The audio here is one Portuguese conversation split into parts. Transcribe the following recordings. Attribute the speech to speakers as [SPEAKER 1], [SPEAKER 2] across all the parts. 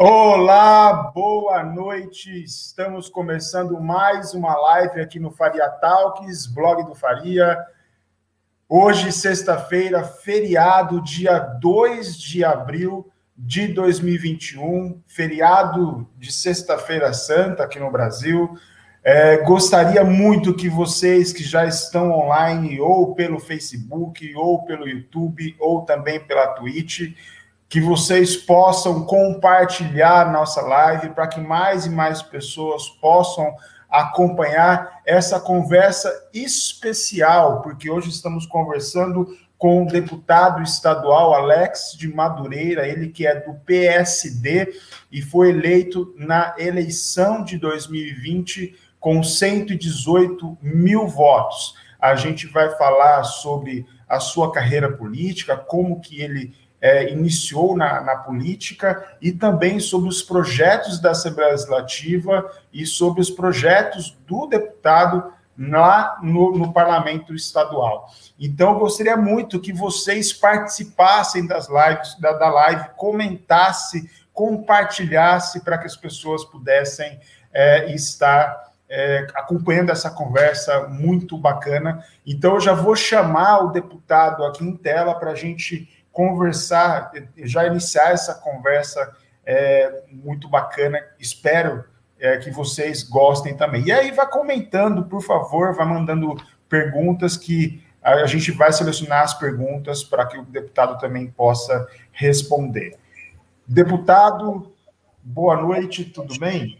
[SPEAKER 1] Olá, boa noite. Estamos começando mais uma live aqui no Faria Talks, blog do Faria. Hoje, sexta-feira, feriado, dia 2 de abril de 2021, feriado de Sexta-feira Santa aqui no Brasil. Gostaria muito que vocês que já estão online, ou pelo Facebook, ou pelo YouTube, ou também pela Twitch, que vocês possam compartilhar nossa live para que mais e mais pessoas possam acompanhar essa conversa especial, porque hoje estamos conversando com o deputado estadual Alex de Madureira, ele que é do PSD e foi eleito na eleição de 2020 com 118 mil votos. A gente vai falar sobre a sua carreira política, como que ele iniciou na política e também sobre os projetos da Assembleia Legislativa e sobre os projetos do deputado lá no Parlamento Estadual. Então, eu gostaria muito que vocês participassem das lives, da live, comentassem, compartilhassem para que as pessoas pudessem estar acompanhando essa conversa muito bacana. Então, eu já vou chamar o deputado aqui em tela para a gente conversar, já iniciar essa conversa muito bacana. Espero que vocês gostem também. E aí, vai comentando, por favor, vai mandando perguntas que a gente vai selecionar as perguntas para que o deputado também possa responder. Deputado, boa noite, tudo bem?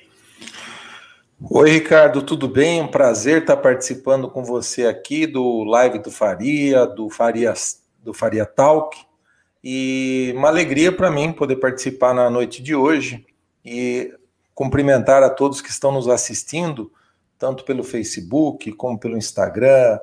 [SPEAKER 2] Oi, Ricardo, tudo bem? Um prazer estar participando com você aqui do Live do Faria, do Faria Talk, e uma alegria para mim poder participar na noite de hoje e cumprimentar a todos que estão nos assistindo, tanto pelo Facebook, como pelo Instagram,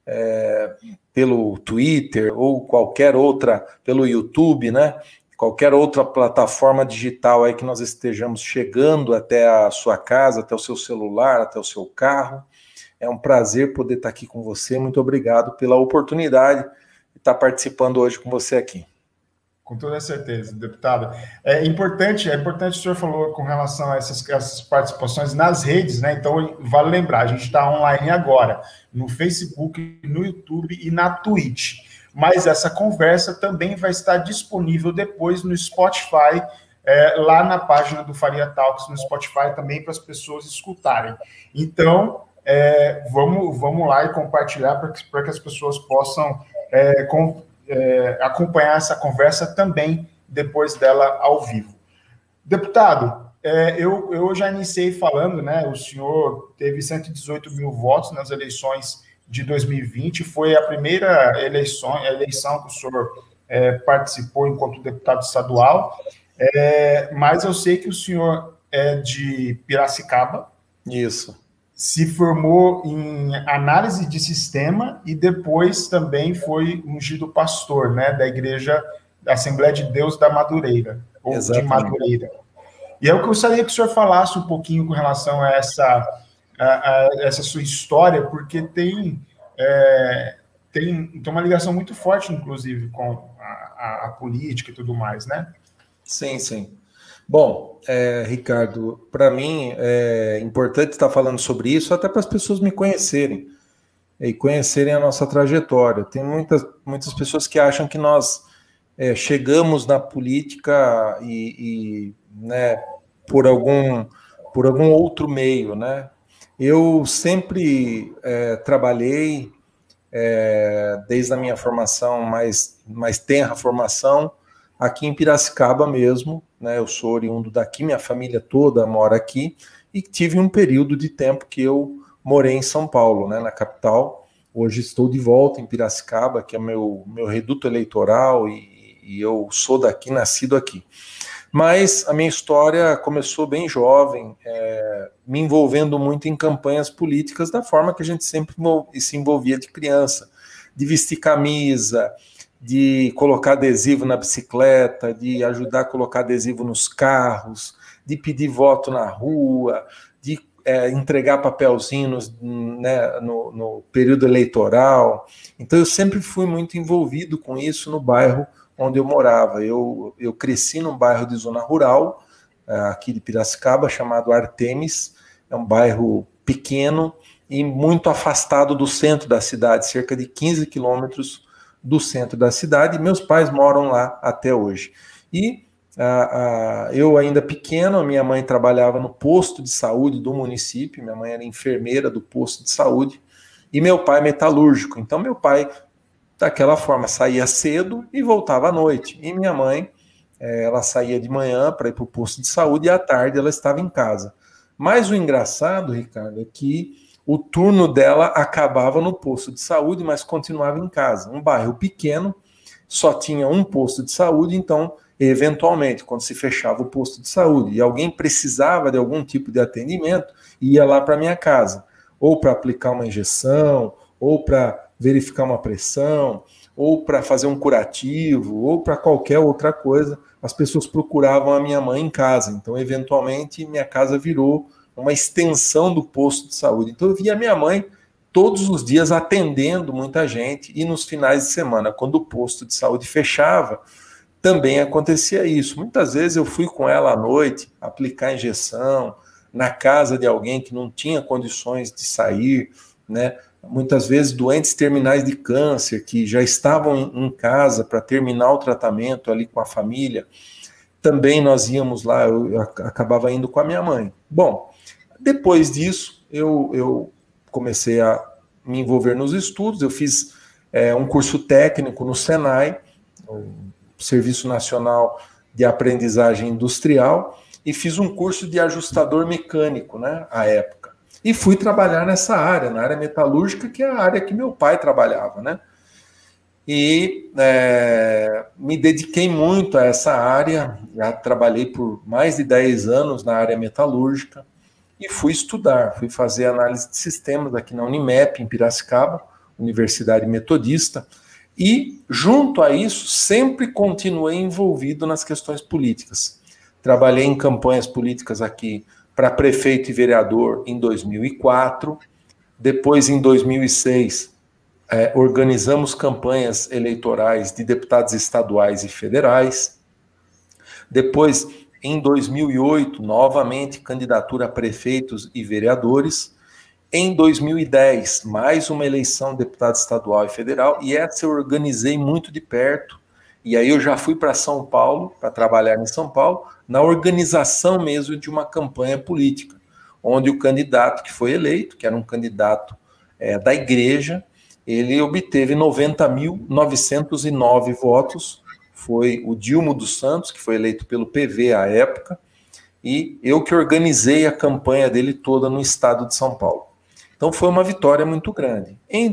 [SPEAKER 2] pelo Twitter, ou qualquer outra, pelo YouTube, né? Qualquer outra plataforma digital aí que nós estejamos chegando até a sua casa, até o seu celular, até o seu carro. É um prazer poder estar aqui com você. Muito obrigado pela oportunidade de estar participando hoje com você aqui.
[SPEAKER 1] Com toda certeza, deputado. É importante o senhor falou com relação a essas participações nas redes, né? Então, vale lembrar, a gente está online agora, no Facebook, no YouTube e na Twitch. Mas essa conversa também vai estar disponível depois no Spotify, lá na página do Faria Talks, no Spotify também, para as pessoas escutarem. Então, vamos lá e compartilhar para que as pessoas possam acompanhar essa conversa também depois dela ao vivo. Deputado, eu já iniciei falando, né? O senhor teve 118 mil votos nas eleições de 2020, foi a primeira eleição que o senhor participou enquanto deputado estadual, mas eu sei que o senhor é de Piracicaba.
[SPEAKER 2] Isso.
[SPEAKER 1] Se formou em análise de sistema e depois também foi ungido pastor, né, da Igreja da Assembleia de Deus da Madureira, ou Exatamente. De Madureira. E eu gostaria que o senhor falasse um pouquinho com relação a essa sua história, porque tem uma ligação muito forte, inclusive, com a política e tudo mais, né?
[SPEAKER 2] Sim, sim. Bom, Ricardo, para mim é importante estar falando sobre isso, até para as pessoas me conhecerem e conhecerem a nossa trajetória. Tem muitas pessoas que acham que nós chegamos na política né, por algum outro meio, né? Eu sempre trabalhei, desde a minha formação, mais tenra formação, aqui em Piracicaba mesmo, né? Eu sou oriundo daqui, minha família toda mora aqui, e tive um período de tempo que eu morei em São Paulo, né, na capital. Hoje estou de volta em Piracicaba, que é meu reduto eleitoral, e eu sou daqui, nascido aqui. Mas a minha história começou bem jovem, me envolvendo muito em campanhas políticas da forma que a gente sempre se envolvia de criança, de vestir camisa, de colocar adesivo na bicicleta, de ajudar a colocar adesivo nos carros, de pedir voto na rua, de entregar papelzinhos, né, no período eleitoral. Então eu sempre fui muito envolvido com isso no bairro onde eu morava. Eu cresci num bairro de zona rural, aqui de Piracicaba, chamado Artemis. É um bairro pequeno e muito afastado do centro da cidade, cerca de 15 quilômetros do centro da cidade, e meus pais moram lá até hoje. E eu ainda pequeno, a minha mãe trabalhava no posto de saúde do município, minha mãe era enfermeira do posto de saúde, e meu pai metalúrgico. Então meu pai, daquela forma, saía cedo e voltava à noite, e minha mãe, ela saía de manhã para ir para o posto de saúde, e à tarde ela estava em casa. Mas o engraçado, Ricardo, é que o turno dela acabava no posto de saúde, mas continuava em casa. Um bairro pequeno, só tinha um posto de saúde, então, eventualmente, quando se fechava o posto de saúde e alguém precisava de algum tipo de atendimento, ia lá para minha casa, ou para aplicar uma injeção, ou para verificar uma pressão, ou para fazer um curativo, ou para qualquer outra coisa, as pessoas procuravam a minha mãe em casa. Então, eventualmente, minha casa virou uma extensão do posto de saúde. Então eu via minha mãe todos os dias atendendo muita gente, e nos finais de semana, quando o posto de saúde fechava, também acontecia isso. Muitas vezes eu fui com ela à noite aplicar injeção na casa de alguém que não tinha condições de sair, né? Muitas vezes doentes terminais de câncer que já estavam em casa para terminar o tratamento ali com a família. Também nós íamos lá, eu acabava indo com a minha mãe. Bom, depois disso, eu comecei a me envolver nos estudos. Eu fiz um curso técnico no Senai, o Serviço Nacional de Aprendizagem Industrial, e fiz um curso de ajustador mecânico, né, à época. E fui trabalhar nessa área, na área metalúrgica, que é a área que meu pai trabalhava, né? E me dediquei muito a essa área. Já trabalhei por mais de 10 anos na área metalúrgica, e fui estudar, fui fazer análise de sistemas aqui na Unimep, em Piracicaba, Universidade Metodista, e, junto a isso, sempre continuei envolvido nas questões políticas. Trabalhei em campanhas políticas aqui para prefeito e vereador em 2004, depois, em 2006, organizamos campanhas eleitorais de deputados estaduais e federais. Depois, em 2008, novamente, candidatura a prefeitos e vereadores. Em 2010, mais uma eleição de deputado estadual e federal, e essa eu organizei muito de perto. E aí eu já fui para São Paulo, para trabalhar em São Paulo, na organização mesmo de uma campanha política, onde o candidato que foi eleito, que era um candidato da igreja, ele obteve 90.909 votos, foi o Dilmo dos Santos, que foi eleito pelo PV à época, e eu que organizei a campanha dele toda no estado de São Paulo. Então foi uma vitória muito grande. Em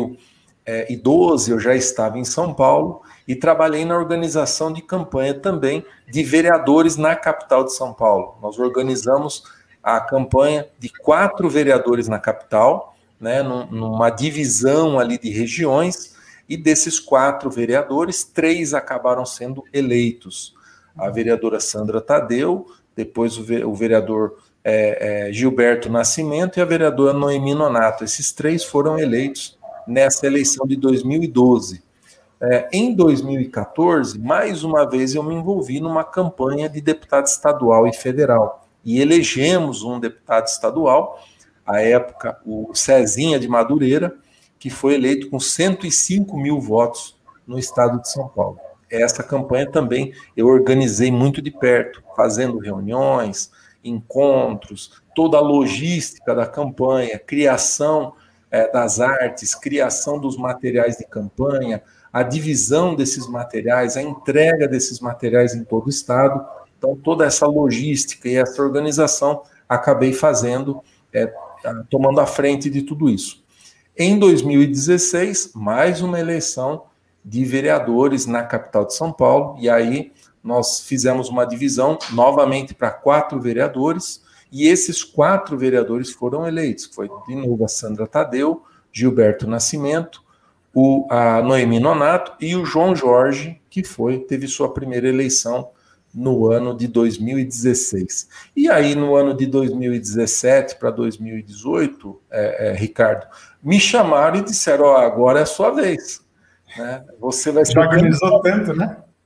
[SPEAKER 2] 2012 eu já estava em São Paulo e trabalhei na organização de campanha também de vereadores na capital de São Paulo. Nós organizamos a campanha de 4 vereadores na capital, né, numa divisão ali de regiões, e desses 4 vereadores, 3 acabaram sendo eleitos. A vereadora Sandra Tadeu, depois o vereador Gilberto Nascimento e a vereadora Noemi Nonato. Esses 3 foram eleitos nessa eleição de 2012. Em 2014, mais uma vez eu me envolvi numa campanha de deputado estadual e federal. E elegemos um deputado estadual, à época o Cezinha de Madureira, que foi eleito com 105 mil votos no estado de São Paulo. Essa campanha também eu organizei muito de perto, fazendo reuniões, encontros, toda a logística da campanha, criação das artes, criação dos materiais de campanha, a divisão desses materiais, a entrega desses materiais em todo o estado. Então, toda essa logística e essa organização acabei fazendo, tomando a frente de tudo isso. Em 2016, mais uma eleição de vereadores na capital de São Paulo, e aí nós fizemos uma divisão novamente para 4 vereadores, e esses 4 vereadores foram eleitos. Foi de novo a Sandra Tadeu, Gilberto Nascimento, a Noemi Nonato e o João Jorge, que teve sua primeira eleição no ano de 2016. E aí, no ano de 2017 para 2018, Ricardo, me chamaram e disseram, agora é a sua vez. Né? Você vai ser
[SPEAKER 1] organizou tanto, né?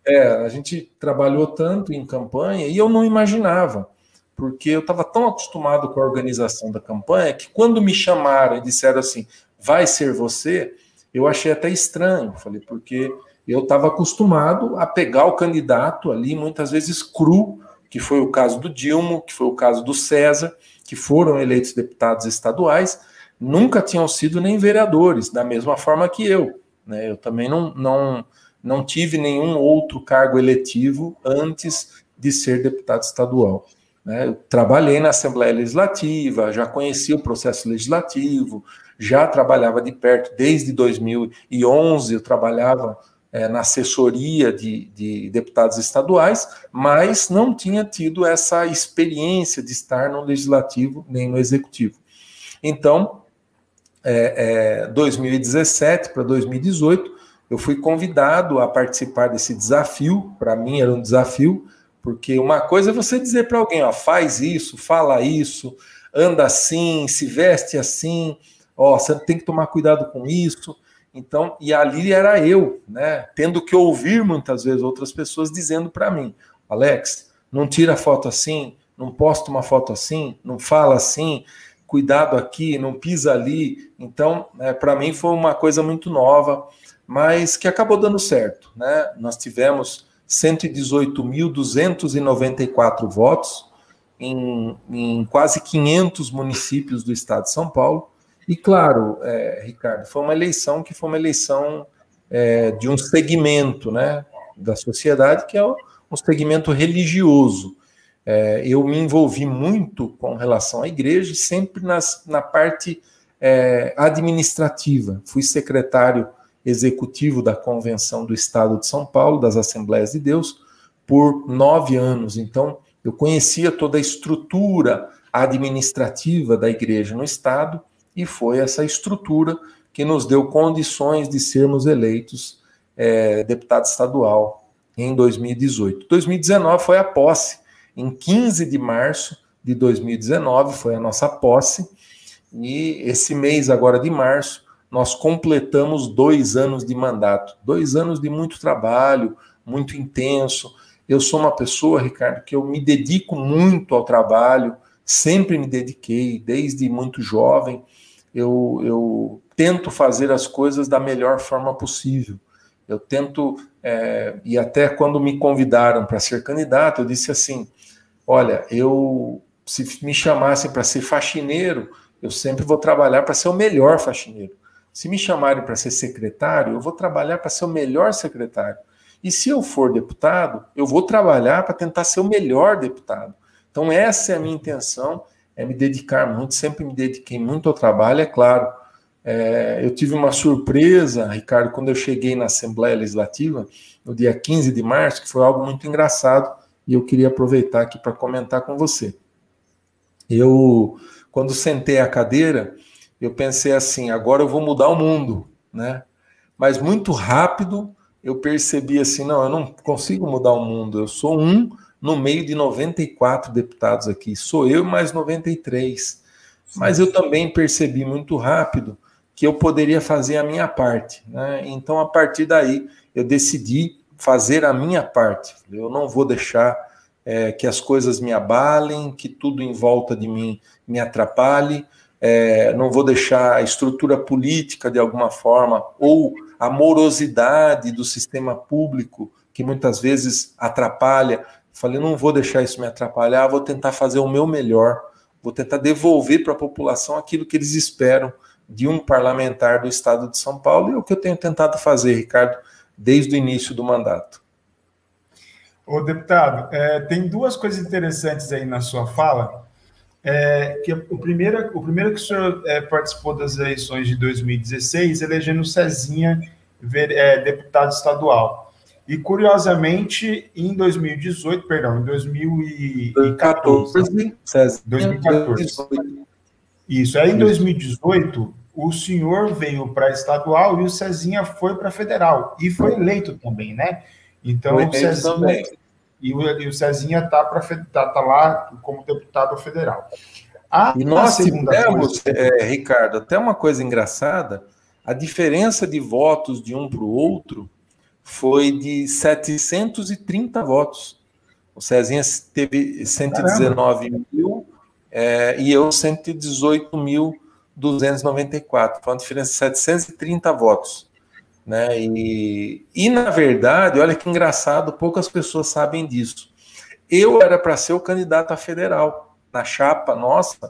[SPEAKER 2] A gente trabalhou tanto em campanha e eu não imaginava, porque eu estava tão acostumado com a organização da campanha que quando me chamaram e disseram assim, vai ser você, eu achei até estranho, falei, porque eu estava acostumado a pegar o candidato ali, muitas vezes cru, que foi o caso do Dilma, que foi o caso do César, que foram eleitos deputados estaduais, nunca tinham sido nem vereadores, da mesma forma que eu, né? Eu também não tive nenhum outro cargo eletivo antes de ser deputado estadual, né? Eu trabalhei na Assembleia Legislativa, já conheci o processo legislativo, já trabalhava de perto desde 2011, eu trabalhava na assessoria de deputados estaduais, mas não tinha tido essa experiência de estar no legislativo nem no executivo. Então, 2017 para 2018, eu fui convidado a participar desse desafio. Para mim era um desafio, porque uma coisa é você dizer para alguém, ó, faz isso, fala isso, anda assim, se veste assim, ó, você tem que tomar cuidado com isso. Então, e ali era eu, né, tendo que ouvir muitas vezes outras pessoas dizendo para mim, Alex, não tira foto assim, não posta uma foto assim, não fala assim, cuidado aqui, não pisa ali. Então, para mim foi uma coisa muito nova, mas que acabou dando certo, né? Nós tivemos 118.294 votos em quase 500 municípios do estado de São Paulo. E, claro, Ricardo, foi uma eleição de um segmento, né, da sociedade, que é um segmento religioso. Eu me envolvi muito com relação à igreja, sempre na parte administrativa. Fui secretário executivo da Convenção do Estado de São Paulo, das Assembleias de Deus, por 9 anos. Então, eu conhecia toda a estrutura administrativa da igreja no Estado, e foi essa estrutura que nos deu condições de sermos eleitos deputado estadual em 2018. 2019 foi a posse. Em 15 de março de 2019 foi a nossa posse, e esse mês agora de março nós completamos 2 anos de mandato, 2 anos de muito trabalho, muito intenso. Eu sou uma pessoa, Ricardo, que eu me dedico muito ao trabalho, sempre me dediquei, desde muito jovem. Eu tento fazer as coisas da melhor forma possível. Eu tento, e até quando me convidaram para ser candidato, eu disse assim, olha, se me chamassem para ser faxineiro, eu sempre vou trabalhar para ser o melhor faxineiro. Se me chamarem para ser secretário, eu vou trabalhar para ser o melhor secretário. E se eu for deputado, eu vou trabalhar para tentar ser o melhor deputado. Então essa é a minha intenção, é me dedicar muito, sempre me dediquei muito ao trabalho, é claro. Eu tive uma surpresa, Ricardo, quando eu cheguei na Assembleia Legislativa, no dia 15 de março, que foi algo muito engraçado, e eu queria aproveitar aqui para comentar com você. Quando sentei a cadeira, eu pensei assim, agora eu vou mudar o mundo, né? Mas muito rápido eu percebi assim, não, eu não consigo mudar o mundo, eu sou um no meio de 94 deputados aqui, sou eu mais 93. Mas eu também percebi muito rápido que eu poderia fazer a minha parte, né? Então, a partir daí, eu decidi fazer a minha parte. Eu não vou deixar que as coisas me abalem, que tudo em volta de mim me atrapalhe, não vou deixar a estrutura política, de alguma forma, ou a morosidade do sistema público, que muitas vezes atrapalha. Falei, não vou deixar isso me atrapalhar, vou tentar fazer o meu melhor, vou tentar devolver para a população aquilo que eles esperam de um parlamentar do Estado de São Paulo, e é o que eu tenho tentado fazer, Ricardo, desde o início do mandato.
[SPEAKER 1] Ô, deputado, tem 2 coisas interessantes aí na sua fala. Que o primeiro que o senhor participou das eleições de 2016, elegendo o Cezinha deputado estadual. E, curiosamente, em 2014. 2014. Isso. Aí, em 2018, o senhor veio para estadual e o Cezinha foi para federal. E foi eleito também, né? Então, o Cezinha está lá como deputado federal.
[SPEAKER 2] E nós tivemos, Ricardo, até uma coisa engraçada, a diferença de votos de um para o outro foi de 730 votos. O Cezinha teve 119 mil e eu 118.294. Foi uma diferença de 730 votos. Né? E, na verdade, olha que engraçado, poucas pessoas sabem disso. Eu era para ser o candidato a federal, na chapa nossa,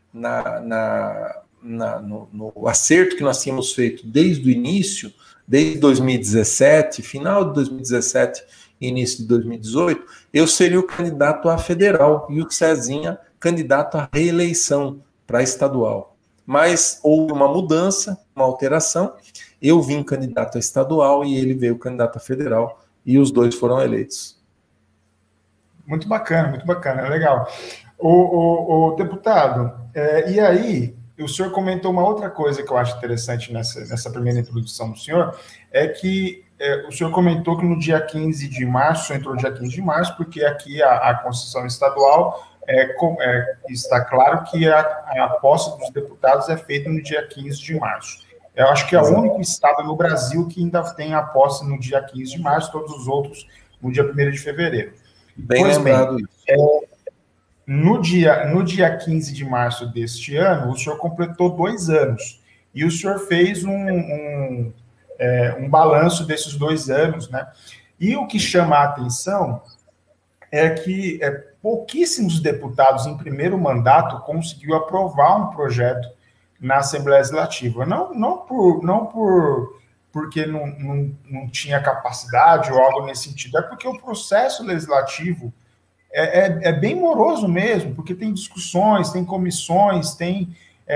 [SPEAKER 2] no acerto que nós tínhamos feito desde o início, desde 2017, final de 2017, início de 2018, eu seria o candidato a federal e o Cezinha candidato à reeleição para estadual. Mas houve uma mudança, uma alteração, eu vim candidato a estadual e ele veio candidato a federal e os dois foram eleitos.
[SPEAKER 1] Muito bacana, legal. O deputado, e aí, o senhor comentou uma outra coisa que eu acho interessante nessa primeira introdução do senhor, é que o senhor comentou que no dia 15 de março, entrou no dia 15 de março, porque aqui a Constituição Estadual está claro que a posse dos deputados é feita no dia 15 de março. Eu acho que é o único estado no Brasil que ainda tem a posse no dia 15 de março, todos os outros no dia 1º de fevereiro.
[SPEAKER 2] Bem lembrado isso.
[SPEAKER 1] No dia 15 de março deste ano, o senhor completou 2 anos. E o senhor fez um balanço desses 2 anos, né? E o que chama a atenção é que pouquíssimos deputados em primeiro mandato conseguiu aprovar um projeto na Assembleia Legislativa. Não porque não tinha capacidade ou algo nesse sentido, é porque o processo legislativo é bem moroso mesmo, porque tem discussões, tem comissões, tem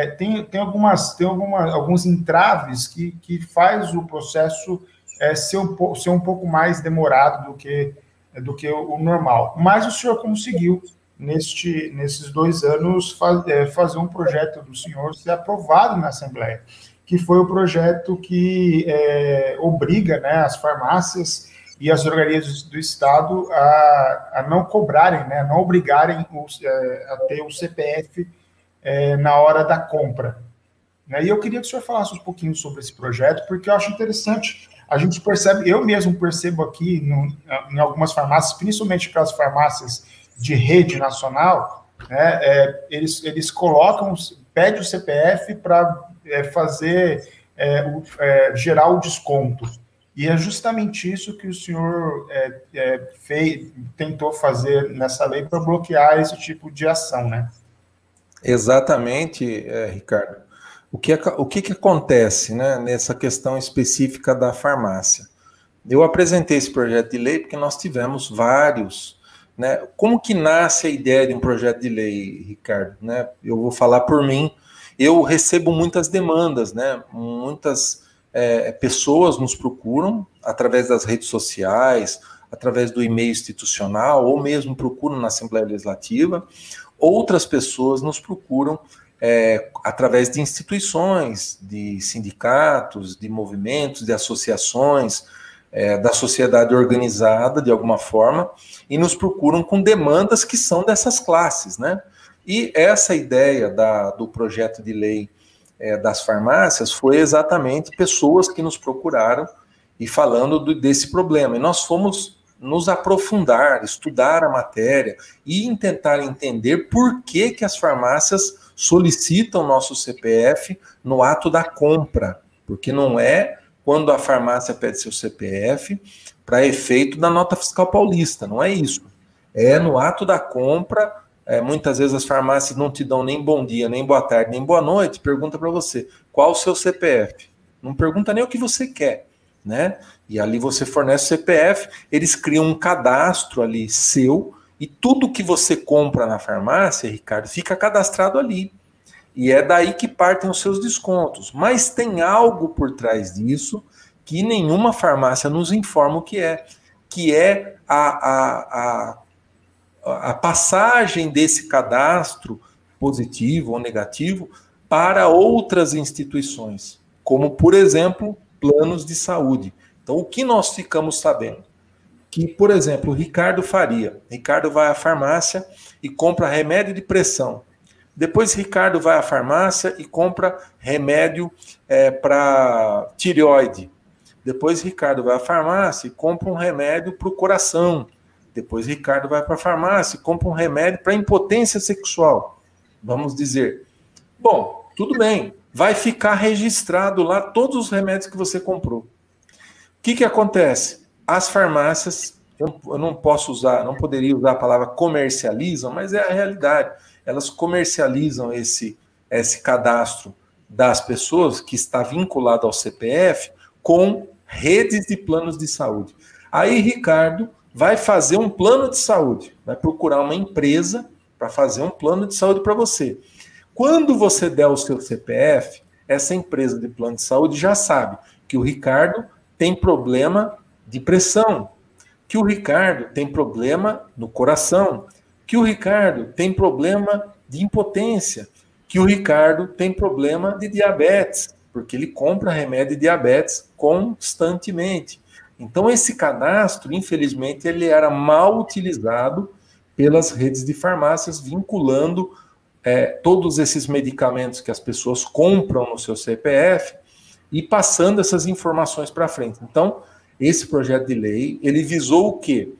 [SPEAKER 1] alguns entraves que faz o processo ser um pouco mais demorado do que o normal. Mas o senhor conseguiu, nesses 2 anos, fazer um projeto do senhor ser aprovado na Assembleia, que foi o projeto que obriga, né, as farmácias e as drogarias do Estado a não cobrarem, né, não obrigarem a ter o CPF na hora da compra. E eu queria que o senhor falasse um pouquinho sobre esse projeto, porque eu acho interessante. A gente percebe, eu mesmo percebo aqui em algumas farmácias, principalmente aquelas farmácias de rede nacional, né, eles colocam, pede o CPF para gerar o desconto. E é justamente isso que o senhor tentou fazer nessa lei para bloquear esse tipo de ação, né?
[SPEAKER 2] Exatamente, Ricardo. O que acontece, né, nessa questão específica da farmácia? Eu apresentei esse projeto de lei porque nós tivemos vários, né? Como que nasce a ideia de um projeto de lei, Ricardo? Né? Eu vou falar por mim. Eu recebo muitas demandas, né? Muitas pessoas nos procuram através das redes sociais, através do e-mail institucional, ou mesmo procuram na Assembleia Legislativa. Outras pessoas nos procuram através de instituições, de sindicatos, de movimentos, de associações, da sociedade organizada, de alguma forma, e nos procuram com demandas que são dessas classes, né? E essa ideia do projeto de lei das farmácias foi exatamente pessoas que nos procuraram e falando desse problema. E nós fomos nos aprofundar, estudar a matéria e tentar entender por que as farmácias solicitam nosso CPF no ato da compra, porque não é quando a farmácia pede seu CPF para efeito da nota fiscal paulista, não é isso. É no ato da compra. Muitas vezes as farmácias não te dão nem bom dia, nem boa tarde, nem boa noite, pergunta para você, qual o seu CPF? Não pergunta nem o que você quer, né? E ali você fornece o CPF, eles criam um cadastro ali seu, e tudo que você compra na farmácia, Ricardo, fica cadastrado ali. E é daí que partem os seus descontos. Mas tem algo por trás disso que nenhuma farmácia nos informa o que é a passagem desse cadastro positivo ou negativo para outras instituições, como, por exemplo, planos de saúde. Então, o que nós ficamos sabendo? Que, por exemplo, o Ricardo vai à farmácia e compra remédio de pressão. Depois, Ricardo vai à farmácia e compra remédio para tireoide. Depois Ricardo vai à farmácia e compra um remédio para o coração. Depois Ricardo vai para a farmácia e compra um remédio para impotência sexual. Vamos dizer. Bom, tudo bem. Vai ficar registrado lá todos os remédios que você comprou. O que acontece? As farmácias, eu não poderia usar a palavra comercializam, mas é a realidade. Elas comercializam esse cadastro das pessoas que está vinculado ao CPF com redes de planos de saúde. Aí, Ricardo vai fazer um plano de saúde, vai procurar uma empresa para fazer um plano de saúde para você. Quando você der o seu CPF, essa empresa de plano de saúde já sabe que o Ricardo tem problema de pressão, que o Ricardo tem problema no coração, que o Ricardo tem problema de impotência, que o Ricardo tem problema de diabetes, porque ele compra remédio de diabetes constantemente. Então, esse cadastro, infelizmente, ele era mal utilizado pelas redes de farmácias, vinculando todos esses medicamentos que as pessoas compram no seu CPF e passando essas informações para frente. Então, esse projeto de lei, ele visou o quê?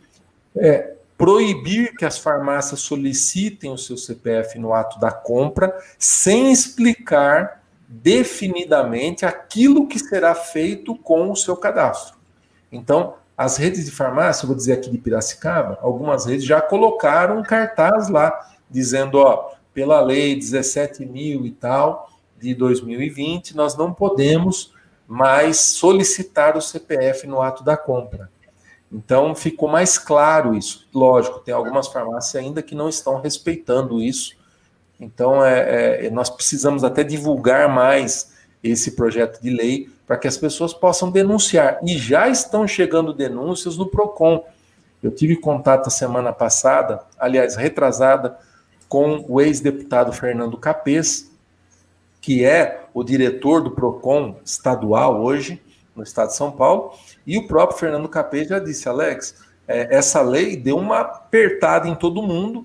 [SPEAKER 2] Proibir que as farmácias solicitem o seu CPF no ato da compra, sem explicar definidamente aquilo que será feito com o seu cadastro. Então, as redes de farmácia, vou dizer aqui de Piracicaba, algumas redes já colocaram um cartaz lá, dizendo, pela lei 17.000 e tal, de 2020, nós não podemos mais solicitar o CPF no ato da compra. Então, ficou mais claro isso. Lógico, tem algumas farmácias ainda que não estão respeitando isso. Então, nós precisamos até divulgar mais esse projeto de lei para que as pessoas possam denunciar. E já estão chegando denúncias no PROCON. Eu tive contato a semana passada, aliás, retrasada, com o ex-deputado Fernando Capês, que é o diretor do PROCON estadual hoje, no estado de São Paulo, e o próprio Fernando Capês já disse, Alex, essa lei deu uma apertada em todo mundo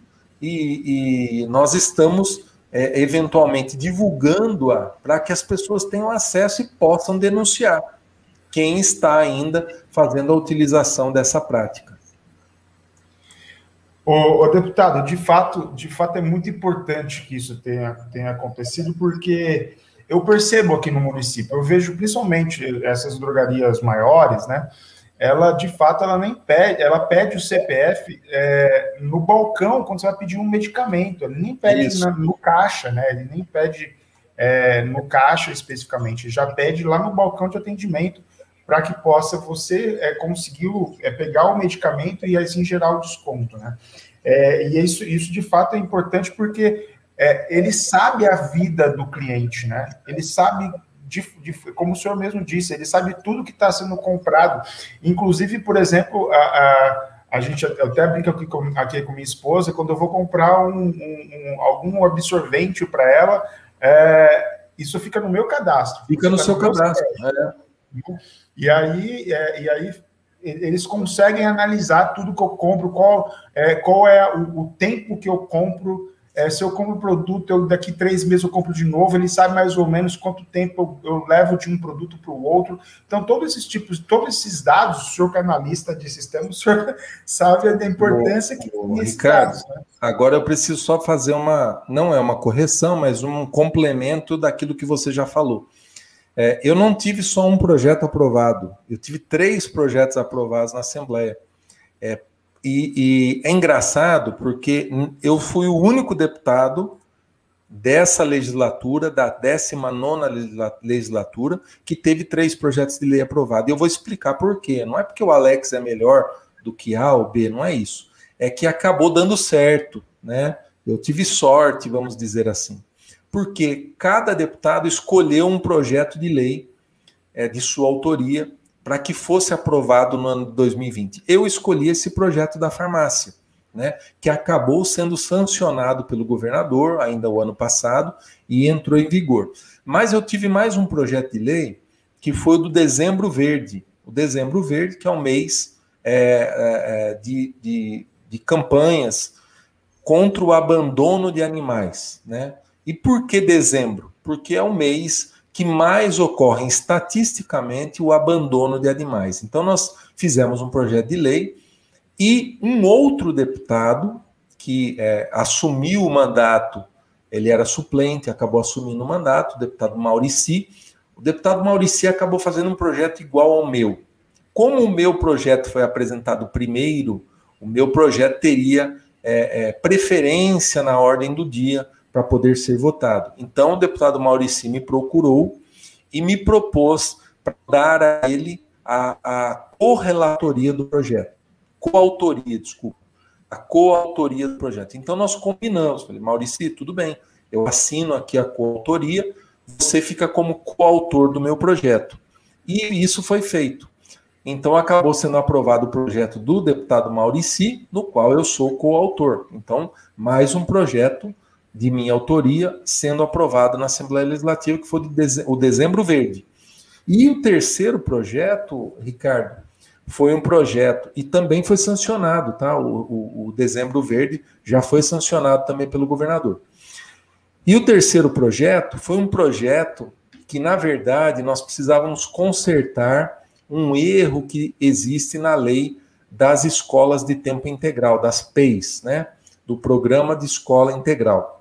[SPEAKER 2] e nós estamos eventualmente divulgando-a para que as pessoas tenham acesso e possam denunciar quem está ainda fazendo a utilização dessa prática.
[SPEAKER 1] Ô, deputado, de fato é muito importante que isso tenha acontecido, porque eu percebo aqui no município, eu vejo principalmente essas drogarias maiores, né? Ela, de fato, ela nem pede, ela pede o CPF no balcão, quando você vai pedir um medicamento, ele nem pede no caixa, né? Ele nem pede no caixa especificamente, já pede lá no balcão de atendimento, para que possa você conseguir pegar o medicamento e assim gerar o desconto, né? E isso de fato é importante porque ele sabe a vida do cliente, né? Ele sabe, como o senhor mesmo disse, ele sabe tudo que está sendo comprado. Inclusive, por exemplo, eu até brinco aqui com minha esposa, quando eu vou comprar algum absorvente para ela, isso fica no meu cadastro.
[SPEAKER 2] Fica no seu cadastro.
[SPEAKER 1] E aí eles conseguem analisar tudo que eu compro, qual é o tempo que eu compro. Se eu compro produto, daqui 3 meses eu compro de novo, ele sabe mais ou menos quanto tempo eu levo de um produto para o outro. Então, todos esses dados, o senhor que é analista de sistema, o senhor sabe da importância que tem esses dados. Né?
[SPEAKER 2] Agora eu preciso só fazer não é uma correção, mas um complemento daquilo que você já falou. Eu não tive só um projeto aprovado, eu tive 3 projetos aprovados na Assembleia. E é engraçado porque eu fui o único deputado dessa legislatura, da 19ª legislatura, que teve 3 projetos de lei aprovados. E eu vou explicar por quê. Não é porque o Alex é melhor do que A ou B, não é isso. É que acabou dando certo, né? Eu tive sorte, vamos dizer assim. Porque cada deputado escolheu um projeto de lei de sua autoria para que fosse aprovado no ano de 2020. Eu escolhi esse projeto da farmácia, né, que acabou sendo sancionado pelo governador ainda o ano passado e entrou em vigor. Mas eu tive mais um projeto de lei que foi o do Dezembro Verde. O Dezembro Verde, que é um mês de campanhas contra o abandono de animais, né? E por que dezembro? Porque é um mês que mais ocorrem estatisticamente o abandono de animais. Então, nós fizemos um projeto de lei e um outro deputado que assumiu o mandato, ele era suplente, acabou assumindo o mandato, o deputado Maurici. O deputado Maurici acabou fazendo um projeto igual ao meu. Como o meu projeto foi apresentado primeiro, o meu projeto teria preferência na ordem do dia para poder ser votado. Então, o deputado Maurici me procurou e me propôs para dar a ele a correlatoria do projeto. Coautoria, desculpa. A coautoria do projeto. Então, nós combinamos. Falei, Maurici, tudo bem, eu assino aqui a coautoria, você fica como coautor do meu projeto. E isso foi feito. Então, acabou sendo aprovado o projeto do deputado Maurici, no qual eu sou coautor. Então, mais um projeto de minha autoria sendo aprovado na Assembleia Legislativa, que foi o Dezembro Verde. E o terceiro projeto, Ricardo, foi um projeto, e também foi sancionado, tá? O Dezembro Verde já foi sancionado também pelo governador. E o terceiro projeto foi um projeto que, na verdade, nós precisávamos consertar um erro que existe na lei das escolas de tempo integral, das PEIs, né? Do Programa de Escola Integral.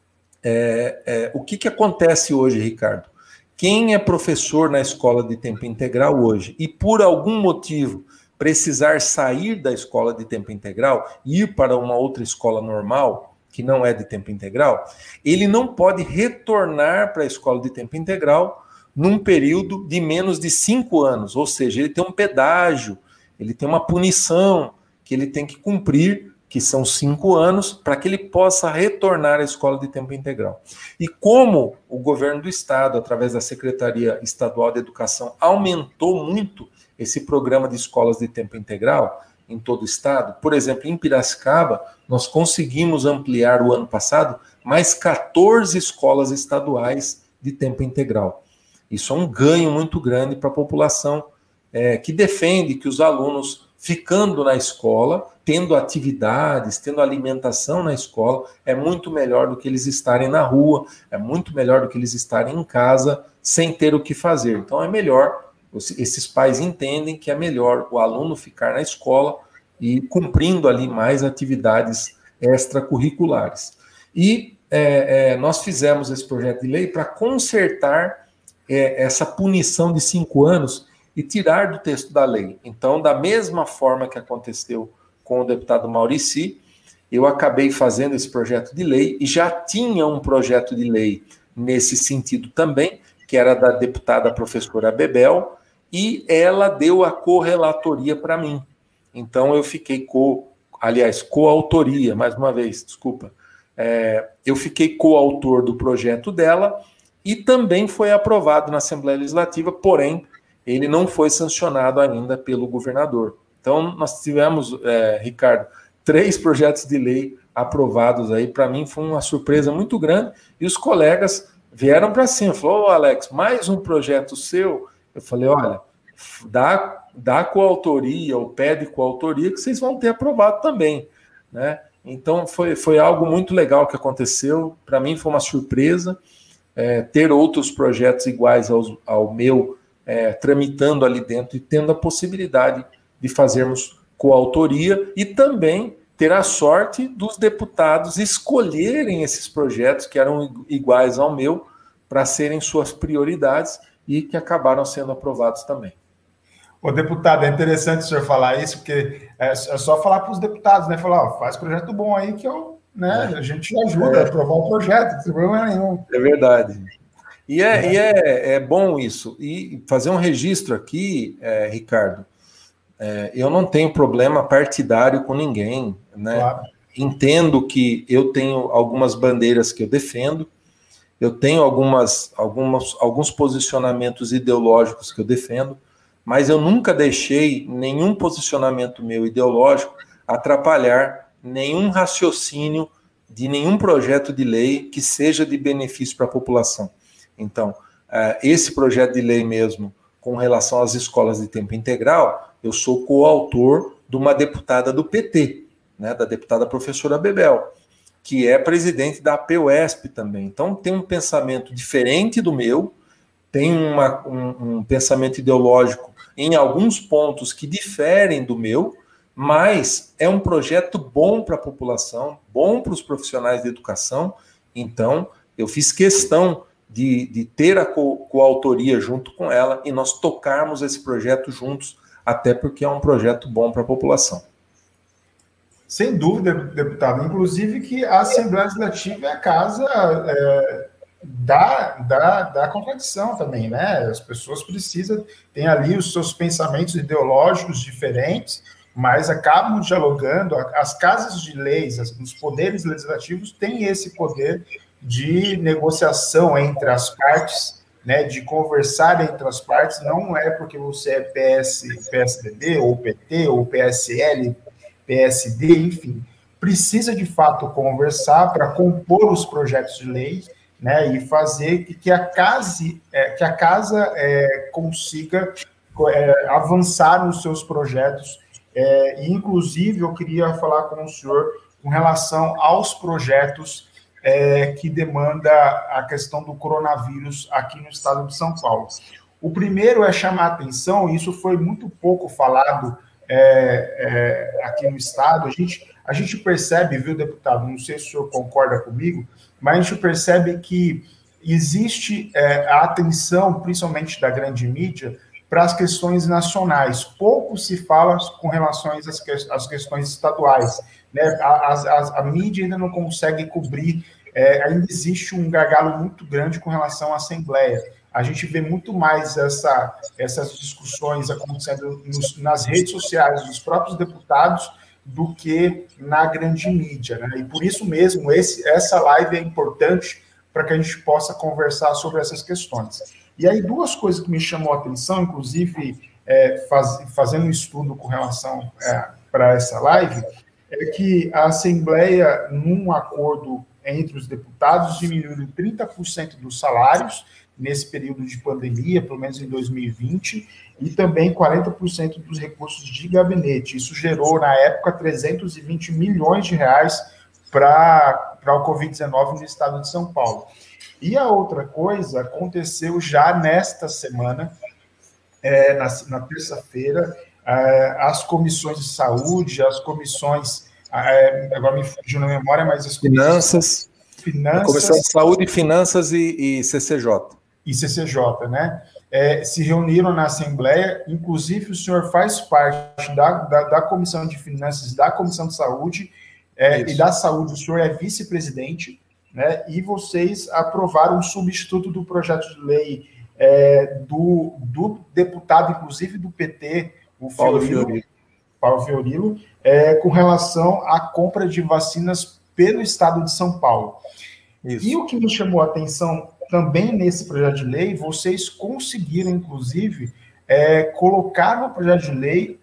[SPEAKER 2] O que acontece hoje, Ricardo? Quem é professor na escola de tempo integral hoje e, por algum motivo, precisar sair da escola de tempo integral e ir para uma outra escola normal, que não é de tempo integral, ele não pode retornar para a escola de tempo integral num período de menos de 5 anos, ou seja, ele tem um pedágio, ele tem uma punição que ele tem que cumprir, que são 5 anos, para que ele possa retornar à escola de tempo integral. E como o governo do estado, através da Secretaria Estadual de Educação, aumentou muito esse programa de escolas de tempo integral em todo o estado, por exemplo, em Piracicaba, nós conseguimos ampliar o ano passado mais 14 escolas estaduais de tempo integral. Isso é um ganho muito grande para a população que defende que os alunos, ficando na escola, tendo atividades, tendo alimentação na escola, é muito melhor do que eles estarem na rua, é muito melhor do que eles estarem em casa sem ter o que fazer. Então é melhor, esses pais entendem que é melhor o aluno ficar na escola e cumprindo ali mais atividades extracurriculares. E nós fizemos esse projeto de lei para consertar essa punição de 5 anos e tirar do texto da lei. Então, da mesma forma que aconteceu com o deputado Maurici, eu acabei fazendo esse projeto de lei e já tinha um projeto de lei nesse sentido também, que era da deputada professora Bebel, e ela deu a correlatoria para mim. Então, eu fiquei coautoria, mais uma vez, desculpa. Eu fiquei coautor do projeto dela e também foi aprovado na Assembleia Legislativa, porém, ele não foi sancionado ainda pelo governador. Então, nós tivemos, Ricardo, 3 projetos de lei aprovados aí. Para mim, foi uma surpresa muito grande. E os colegas vieram para cima. Falou, Alex, mais um projeto seu? Eu falei, olha, dá coautoria ou pede coautoria que vocês vão ter aprovado também, né? Então, foi algo muito legal que aconteceu. Para mim, foi uma surpresa ter outros projetos iguais ao meu tramitando ali dentro e tendo a possibilidade de fazermos coautoria e também ter a sorte dos deputados escolherem esses projetos que eram iguais ao meu para serem suas prioridades e que acabaram sendo aprovados também.
[SPEAKER 1] Ô, deputado, é interessante o senhor falar isso, porque é só falar para os deputados, né? Falar, faz projeto bom aí que a gente ajuda a aprovar o projeto, sem problema nenhum.
[SPEAKER 2] É verdade. E é bom isso. E fazer um registro aqui, Ricardo, eu não tenho problema partidário com ninguém, né? Claro. Entendo que eu tenho algumas bandeiras que eu defendo, eu tenho alguns posicionamentos ideológicos que eu defendo, mas eu nunca deixei nenhum posicionamento meu ideológico atrapalhar nenhum raciocínio de nenhum projeto de lei que seja de benefício para a população. Então, esse projeto de lei mesmo, com relação às escolas de tempo integral, eu sou coautor de uma deputada do PT, né, da deputada professora Bebel, que é presidente da APUESP também. Então, tem um pensamento diferente do meu, tem um pensamento ideológico em alguns pontos que diferem do meu, mas é um projeto bom para a população, bom para os profissionais de educação. Então, eu fiz questão de ter a coautoria junto com ela e nós tocarmos esse projeto juntos, até porque é um projeto bom para a população.
[SPEAKER 1] Sem dúvida, deputado. Inclusive que a Assembleia Legislativa é a casa da contradição também, né? As pessoas precisam, tem ali os seus pensamentos ideológicos diferentes, mas acabam dialogando. As casas de leis, os poderes legislativos têm esse poder de negociação entre as partes, né, de conversar entre as partes. Não é porque você é PSDB, ou PT, ou PSL, PSD, enfim, precisa de fato conversar para compor os projetos de lei, né, e fazer que a casa consiga avançar nos seus projetos. E, inclusive, eu queria falar com o senhor com relação aos projetos que demanda a questão do coronavírus aqui no estado de São Paulo. O primeiro é chamar a atenção, e isso foi muito pouco falado aqui no estado. A gente percebe, viu, deputado, não sei se o senhor concorda comigo, mas a gente percebe que existe a atenção, principalmente da grande mídia, para as questões nacionais. Pouco se fala com relação às questões estaduais, né? A mídia ainda não consegue cobrir, ainda existe um gargalo muito grande com relação à Assembleia. A gente vê muito mais essas discussões acontecendo nas redes sociais dos próprios deputados do que na grande mídia, né? E por isso mesmo, essa live é importante para que a gente possa conversar sobre essas questões. E aí, duas coisas que me chamou a atenção, inclusive fazendo um estudo com relação para essa live, é que a Assembleia, num acordo entre os deputados, diminuiu 30% dos salários nesse período de pandemia, pelo menos em 2020, e também 40% dos recursos de gabinete. Isso gerou, na época, 320 milhões de reais para o Covid-19 no estado de São Paulo. E a outra coisa aconteceu já nesta semana, na terça-feira, as comissões de saúde, as comissões, agora me fugiu na memória, mas as
[SPEAKER 2] finanças, a Comissão de Saúde, Finanças e CCJ.
[SPEAKER 1] E CCJ, né? Se reuniram na Assembleia, inclusive o senhor faz parte da Comissão de Finanças, da Comissão de Saúde e da Saúde, o senhor é vice-presidente, né? E vocês aprovaram um substituto do projeto de lei do deputado, inclusive do PT, o Paulo Fiorilo, com relação à compra de vacinas pelo estado de São Paulo. Isso. E o que me chamou a atenção também nesse projeto de lei, vocês conseguiram, inclusive, colocar no projeto de lei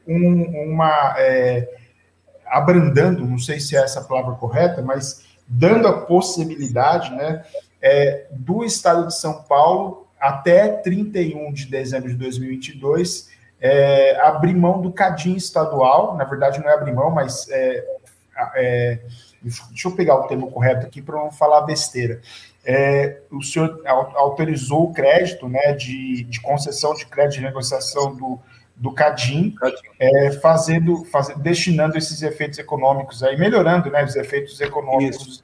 [SPEAKER 1] abrandando, não sei se é essa a palavra correta, mas dando a possibilidade, né, do estado de São Paulo, até 31 de dezembro de 2022, abrir mão do CADIM estadual. Na verdade, não é abrir mão, mas deixa eu pegar o termo correto aqui para não falar besteira. O senhor autorizou o crédito, né, de concessão de crédito de negociação do CADIM, destinando esses efeitos econômicos, aí, melhorando, né, os efeitos econômicos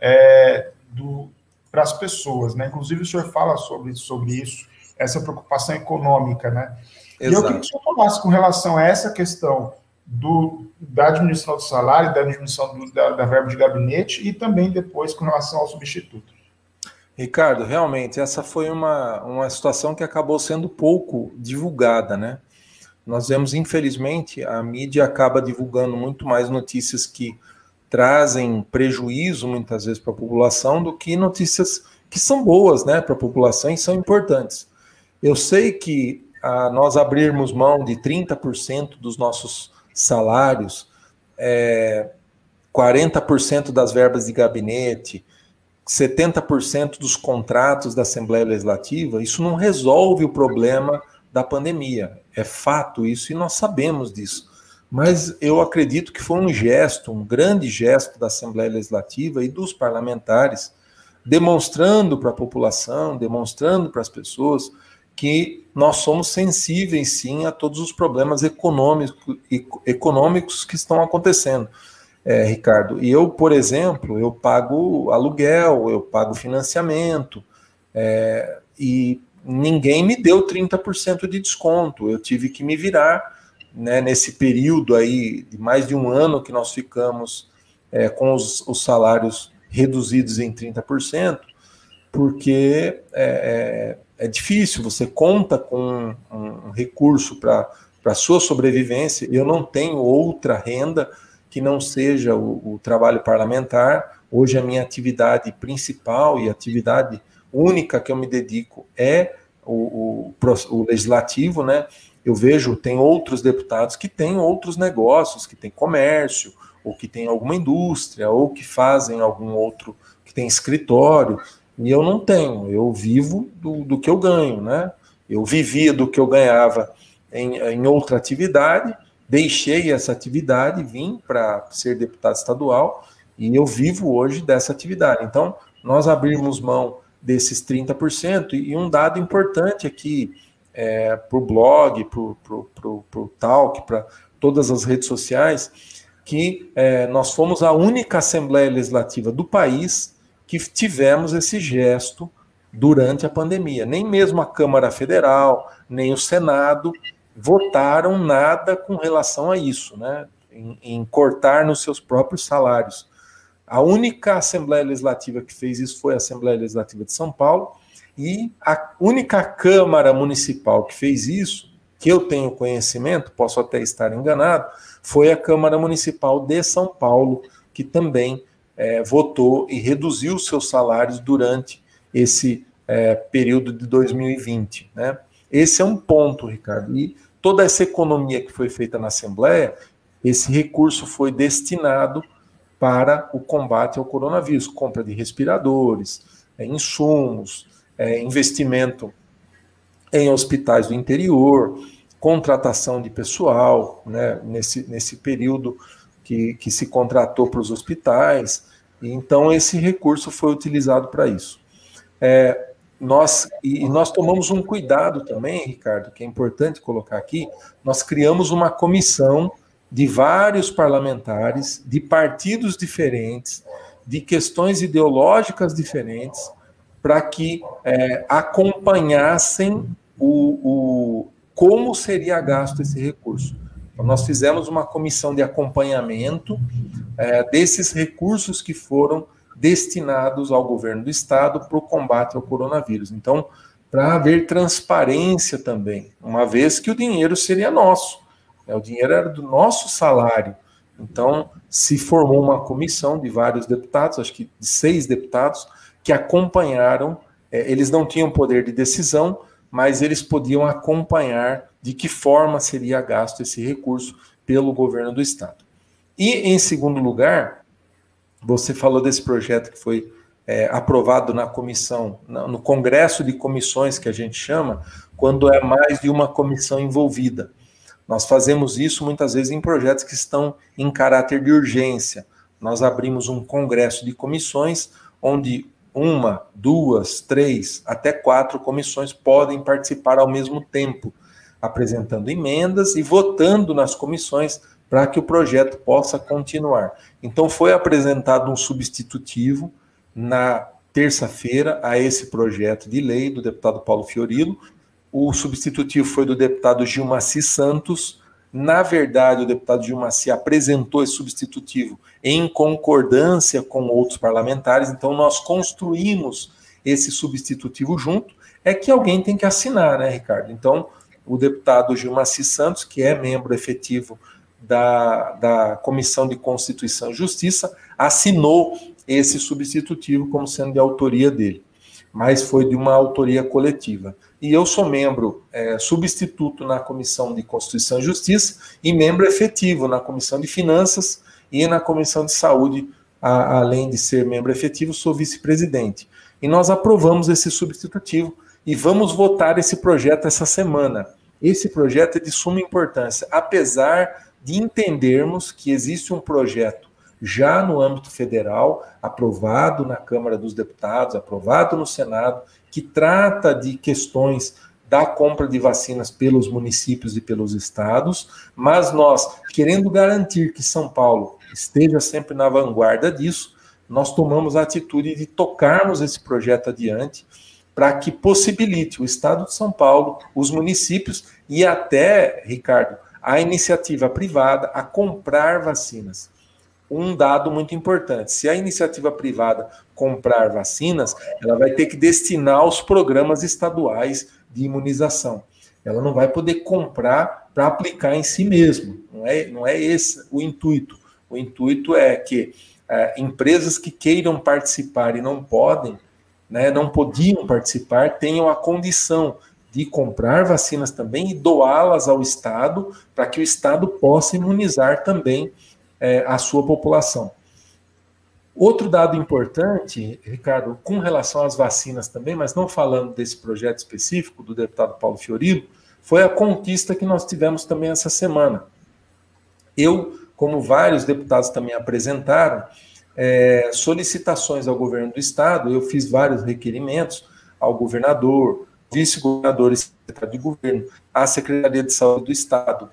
[SPEAKER 1] para as pessoas, né? Inclusive o senhor fala sobre isso, essa preocupação econômica, né? Exato. E eu queria que o senhor falasse com relação a essa questão da diminuição do salário, da diminuição da verba de gabinete e também depois com relação ao substituto.
[SPEAKER 2] Ricardo, realmente, essa foi uma situação que acabou sendo pouco divulgada, né? Nós vemos, infelizmente, a mídia acaba divulgando muito mais notícias que trazem prejuízo, muitas vezes, para a população, do que notícias que são boas, né, para a população e são importantes. Eu sei que nós abrirmos mão de 30% dos nossos salários, 40% das verbas de gabinete, 70% dos contratos da Assembleia Legislativa, isso não resolve o problema da pandemia. É fato isso, e nós sabemos disso. Mas eu acredito que foi um grande gesto da Assembleia Legislativa e dos parlamentares, demonstrando para a população, demonstrando para as pessoas que nós somos sensíveis, sim, a todos os problemas econômicos que estão acontecendo, Ricardo. E eu, por exemplo, eu pago aluguel, eu pago financiamento, e ninguém me deu 30% de desconto. Eu tive que me virar, né, nesse período aí de mais de um ano que nós ficamos com os salários reduzidos em 30%, porque é difícil, você conta com um recurso para a sua sobrevivência. Eu não tenho outra renda que não seja o trabalho parlamentar. Hoje a minha atividade principal e atividade única que eu me dedico é o legislativo, né? Eu vejo, tem outros deputados que têm outros negócios, que têm comércio, ou que têm alguma indústria, ou que fazem algum outro, que tem escritório, e eu não tenho, eu vivo do que eu ganho, né? Eu vivia do que eu ganhava em outra atividade, deixei essa atividade, vim para ser deputado estadual, e eu vivo hoje dessa atividade. Então, nós abrimos mão desses 30%, e um dado importante aqui, para o blog, para o Talk, para todas as redes sociais, que nós fomos a única Assembleia Legislativa do país que tivemos esse gesto durante a pandemia. Nem mesmo a Câmara Federal, nem o Senado votaram nada com relação a isso, né? Em cortar nos seus próprios salários. A única Assembleia Legislativa que fez isso foi a Assembleia Legislativa de São Paulo, e a única Câmara Municipal que fez isso, que eu tenho conhecimento, posso até estar enganado, foi a Câmara Municipal de São Paulo, que também votou e reduziu os seus salários durante esse período de 2020. Né? Esse é um ponto, Ricardo. E toda essa economia que foi feita na Assembleia, esse recurso foi destinado para o combate ao coronavírus, compra de respiradores, insumos, investimento em hospitais do interior, contratação de pessoal, né, nesse período que se contratou para os hospitais. E então esse recurso foi utilizado para isso. Nós tomamos um cuidado também, Ricardo, que é importante colocar aqui. Nós criamos uma comissão de vários parlamentares, de partidos diferentes, de questões ideológicas diferentes, para que acompanhassem como seria gasto esse recurso. Então, nós fizemos uma comissão de acompanhamento desses recursos que foram destinados ao governo do estado para o combate ao coronavírus. Então, para haver transparência também, uma vez que o dinheiro seria nosso, né? O dinheiro era do nosso salário. Então, se formou uma comissão de vários deputados, acho que de 6 deputados, que acompanharam. Eles não tinham poder de decisão, mas eles podiam acompanhar de que forma seria gasto esse recurso pelo governo do estado. E, em segundo lugar, você falou desse projeto que foi aprovado na comissão, no congresso de comissões, que a gente chama, quando é mais de uma comissão envolvida. Nós fazemos isso muitas vezes em projetos que estão em caráter de urgência. Nós abrimos um congresso de comissões, onde 1, 2, 3, até 4 comissões podem participar ao mesmo tempo, apresentando emendas e votando nas comissões para que o projeto possa continuar. Então, foi apresentado um substitutivo na terça-feira a esse projeto de lei do deputado Paulo Fiorilo. O substitutivo foi do deputado Gilmaci Santos. Na verdade, o deputado Gilmaci apresentou esse substitutivo em concordância com outros parlamentares, então nós construímos esse substitutivo junto. É que alguém tem que assinar, né, Ricardo? Então, o deputado Gilmaci Santos, que é membro efetivo da Comissão de Constituição e Justiça, assinou esse substitutivo como sendo de autoria dele, mas foi de uma autoria coletiva. E eu sou membro substituto na Comissão de Constituição e Justiça e membro efetivo na Comissão de Finanças e na Comissão de Saúde. Além de ser membro efetivo, sou vice-presidente. E nós aprovamos esse substitutivo e vamos votar esse projeto essa semana. Esse projeto é de suma importância, apesar de entendermos que existe um projeto já no âmbito federal, aprovado na Câmara dos Deputados, aprovado no Senado, que trata de questões da compra de vacinas pelos municípios e pelos estados, mas nós, querendo garantir que São Paulo esteja sempre na vanguarda disso, nós tomamos a atitude de tocarmos esse projeto adiante para que possibilite o Estado de São Paulo, os municípios e até, Ricardo, a iniciativa privada a comprar vacinas. Um dado muito importante, se a iniciativa privada comprar vacinas, ela vai ter que destinar aos programas estaduais de imunização. Ela não vai poder comprar para aplicar em si mesmo. Não é esse o intuito. O intuito é que empresas que queiram participar e não podem, né, não podiam participar, tenham a condição de comprar vacinas também e doá-las ao Estado, para que o Estado possa imunizar também a sua população. Outro dado importante, Ricardo, com relação às vacinas também, mas não falando desse projeto específico do deputado Paulo Fiorilo, foi a conquista que nós tivemos também essa semana. Eu, como vários deputados também apresentaram, solicitações ao governo do Estado, eu fiz vários requerimentos ao governador, vice-governador e secretário de governo, à Secretaria de Saúde do Estado,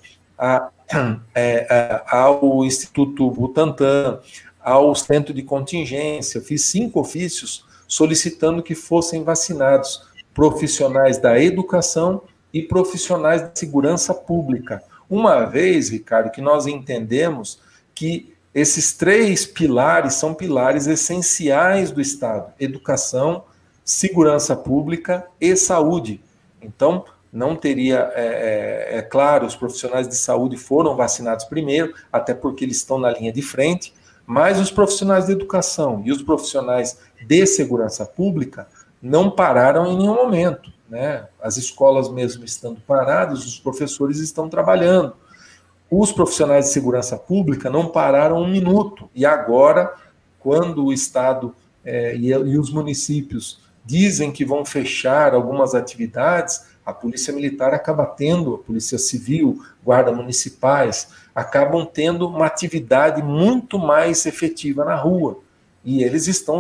[SPEAKER 2] ao Instituto Butantan, ao Centro de Contingência. Fiz 5 ofícios solicitando que fossem vacinados profissionais da educação e profissionais da segurança pública. Uma vez, Ricardo, que nós entendemos que esses 3 pilares são pilares essenciais do Estado: educação, segurança pública e saúde. Então, não teria, claro, os profissionais de saúde foram vacinados primeiro, até porque eles estão na linha de frente, mas os profissionais de educação e os profissionais de segurança pública não pararam em nenhum momento, né? As escolas mesmo estando paradas, os professores estão trabalhando. Os profissionais de segurança pública não pararam um minuto. E agora, quando o Estado e os municípios dizem que vão fechar algumas atividades, a Polícia Militar acaba tendo, a Polícia Civil, Guarda Municipais, acabam tendo uma muito mais efetiva na rua. E eles estão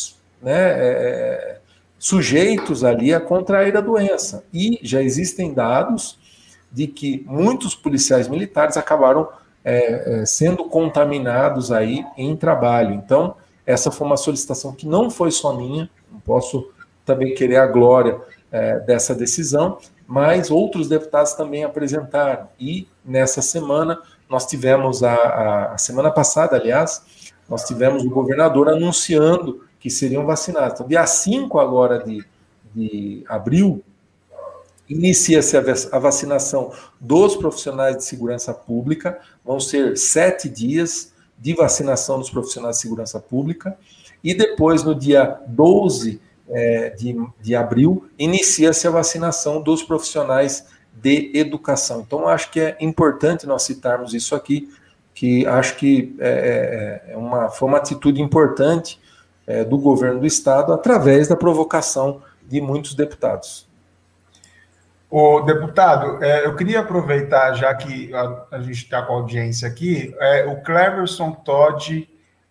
[SPEAKER 2] sujeitos ali a contrair a doença. E já existem dados de que muitos policiais militares acabaram sendo contaminados aí em trabalho. Então, essa foi uma solicitação que não foi só minha, não posso também querer a glória dessa decisão, mas outros deputados também apresentaram. E nessa semana, nós tivemos, a semana passada, aliás, nós tivemos o governador anunciando que seriam vacinados. Então, dia 5 agora de abril, inicia-se a vacinação dos profissionais de segurança pública. Vão ser 7 dias de vacinação dos profissionais de segurança pública. E depois, no dia 12 de abril, inicia-se a vacinação dos profissionais de educação. Então, acho que é importante nós citarmos isso aqui, que acho que foi uma atitude importante do governo do Estado, através da provocação de muitos deputados.
[SPEAKER 1] Ô, deputado, eu queria aproveitar, já que a gente está com a audiência aqui, o Cleverson Todd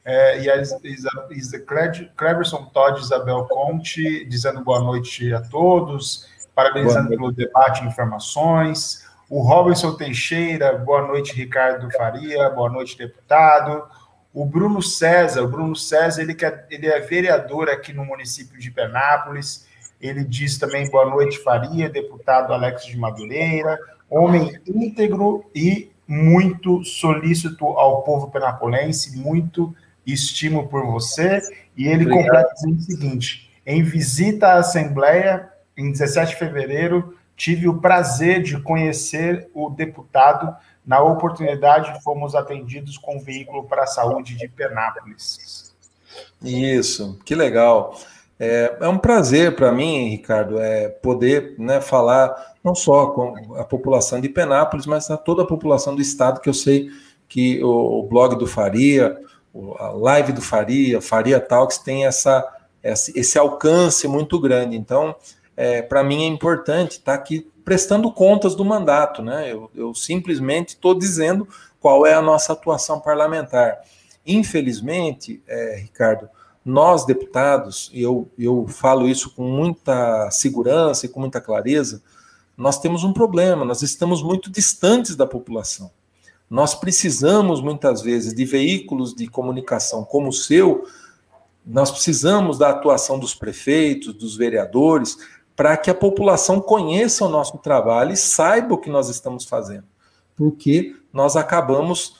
[SPEAKER 1] Cleverson Todd e Isabel Conte, dizendo boa noite a todos, parabenizando pelo debate e informações. O Robinson Teixeira, boa noite, Ricardo Faria, boa noite, deputado. O Bruno César, ele é vereador aqui no município de Penápolis. Ele diz também boa noite, Faria, deputado Alex de Madureira, homem íntegro e muito solícito ao povo penapolense, muito estimo por você. E ele completa dizendo o seguinte: em visita à Assembleia, em 17 de fevereiro, tive o prazer de conhecer o deputado. Na oportunidade, fomos atendidos com um veículo para a saúde de Penápolis.
[SPEAKER 2] Isso, que legal. É um prazer para mim, Ricardo, poder falar não só com a população de Penápolis, mas a toda a população do estado, que eu sei que o blog do Faria, a live do Faria, Faria Talks, tem esse alcance muito grande. Então, para mim é importante estar aqui prestando contas do mandato, né? Eu simplesmente estou dizendo qual é a nossa atuação parlamentar. Infelizmente, Ricardo, nós, deputados, e eu falo isso com muita segurança e com muita clareza, nós temos um problema, nós estamos muito distantes da população. Nós precisamos, muitas vezes, de veículos de comunicação como o seu, nós precisamos da atuação dos prefeitos, dos vereadores, para que a população conheça o nosso trabalho e saiba o que nós estamos fazendo. Porque nós acabamos,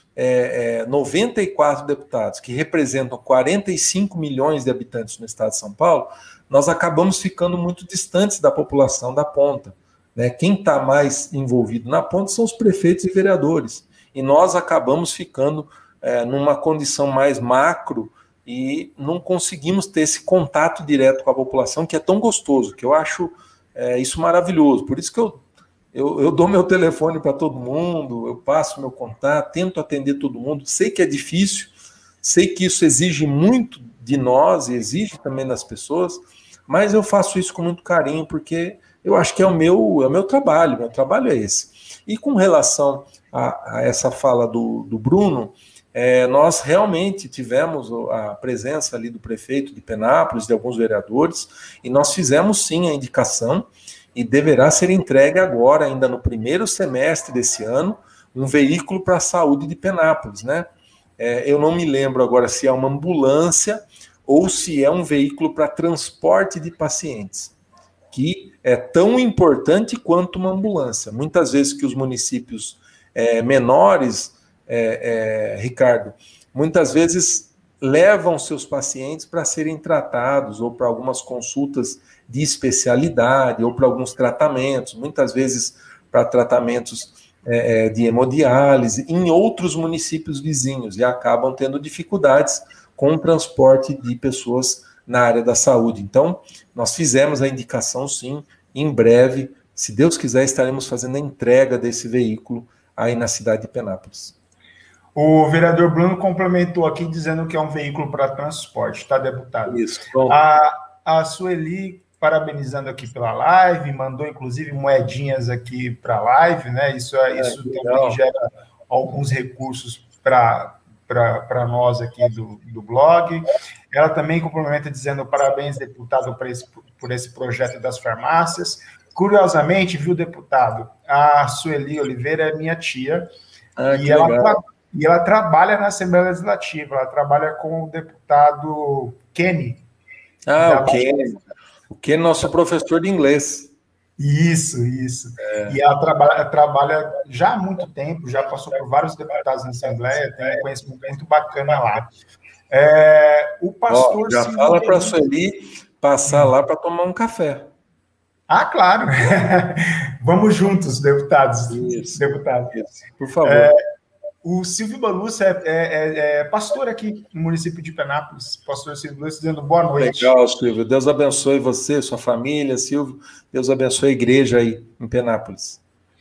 [SPEAKER 2] 94 deputados, que representam 45 milhões de habitantes no estado de São Paulo, nós acabamos ficando muito distantes da população da ponta. Né? Quem está mais envolvido na ponta são os prefeitos e vereadores. E nós acabamos ficando numa condição mais macro e não conseguimos ter esse contato direto com a população, que é tão gostoso, que eu acho isso maravilhoso. Por isso que eu dou meu telefone para todo mundo, eu passo meu contato, tento atender todo mundo. Sei que é difícil, sei que isso exige muito de nós e exige também das pessoas, mas eu faço isso com muito carinho, porque eu acho que é o meu trabalho é esse. E com relação a essa fala do Bruno, nós realmente tivemos a presença ali do prefeito de Penápolis, de alguns vereadores, e nós fizemos sim a indicação, e deverá ser entregue agora, ainda no primeiro semestre desse ano, um veículo para a saúde de Penápolis, né? Eu não me lembro agora se é uma ambulância ou se é um veículo para transporte de pacientes, que é tão importante quanto uma ambulância. Muitas vezes que os municípios menores, Ricardo, muitas vezes levam seus pacientes para serem tratados ou para algumas consultas de especialidade ou para alguns tratamentos, muitas vezes para tratamentos de hemodiálise em outros municípios vizinhos e acabam tendo dificuldades com o transporte de pessoas na área da saúde. Então, nós fizemos a indicação, sim, em breve, se Deus quiser, estaremos fazendo a entrega desse veículo aí na cidade de Penápolis.
[SPEAKER 1] O vereador Bruno complementou aqui dizendo que é um veículo para transporte, tá, deputado?
[SPEAKER 2] Isso. Bom.
[SPEAKER 1] A Sueli, parabenizando aqui pela live, mandou inclusive moedinhas aqui para a live, né? Isso também gera alguns recursos para nós aqui do blog. Ela também complementa dizendo parabéns, deputado, por esse projeto das farmácias. Curiosamente, viu, deputado, a Sueli Oliveira é minha tia, e ela trabalha na Assembleia Legislativa, ela trabalha com o deputado Kenny.
[SPEAKER 2] O Kenny. O Kenny é nosso professor de inglês.
[SPEAKER 1] Isso. E ela trabalha já há muito tempo, já passou por vários deputados na Assembleia, tem um conhecimento muito bacana lá. O pastor...
[SPEAKER 2] já fala para a Sueli passar lá para tomar um café.
[SPEAKER 1] Ah, claro. Vamos juntos, deputados.
[SPEAKER 2] Isso.
[SPEAKER 1] Por favor. O Silvio Balussa é pastor aqui no município de Penápolis. Pastor Silvio Balussa dizendo boa noite.
[SPEAKER 2] Legal, Silvio. Deus abençoe você, sua família, Silvio. Deus abençoe a igreja aí em Penápolis.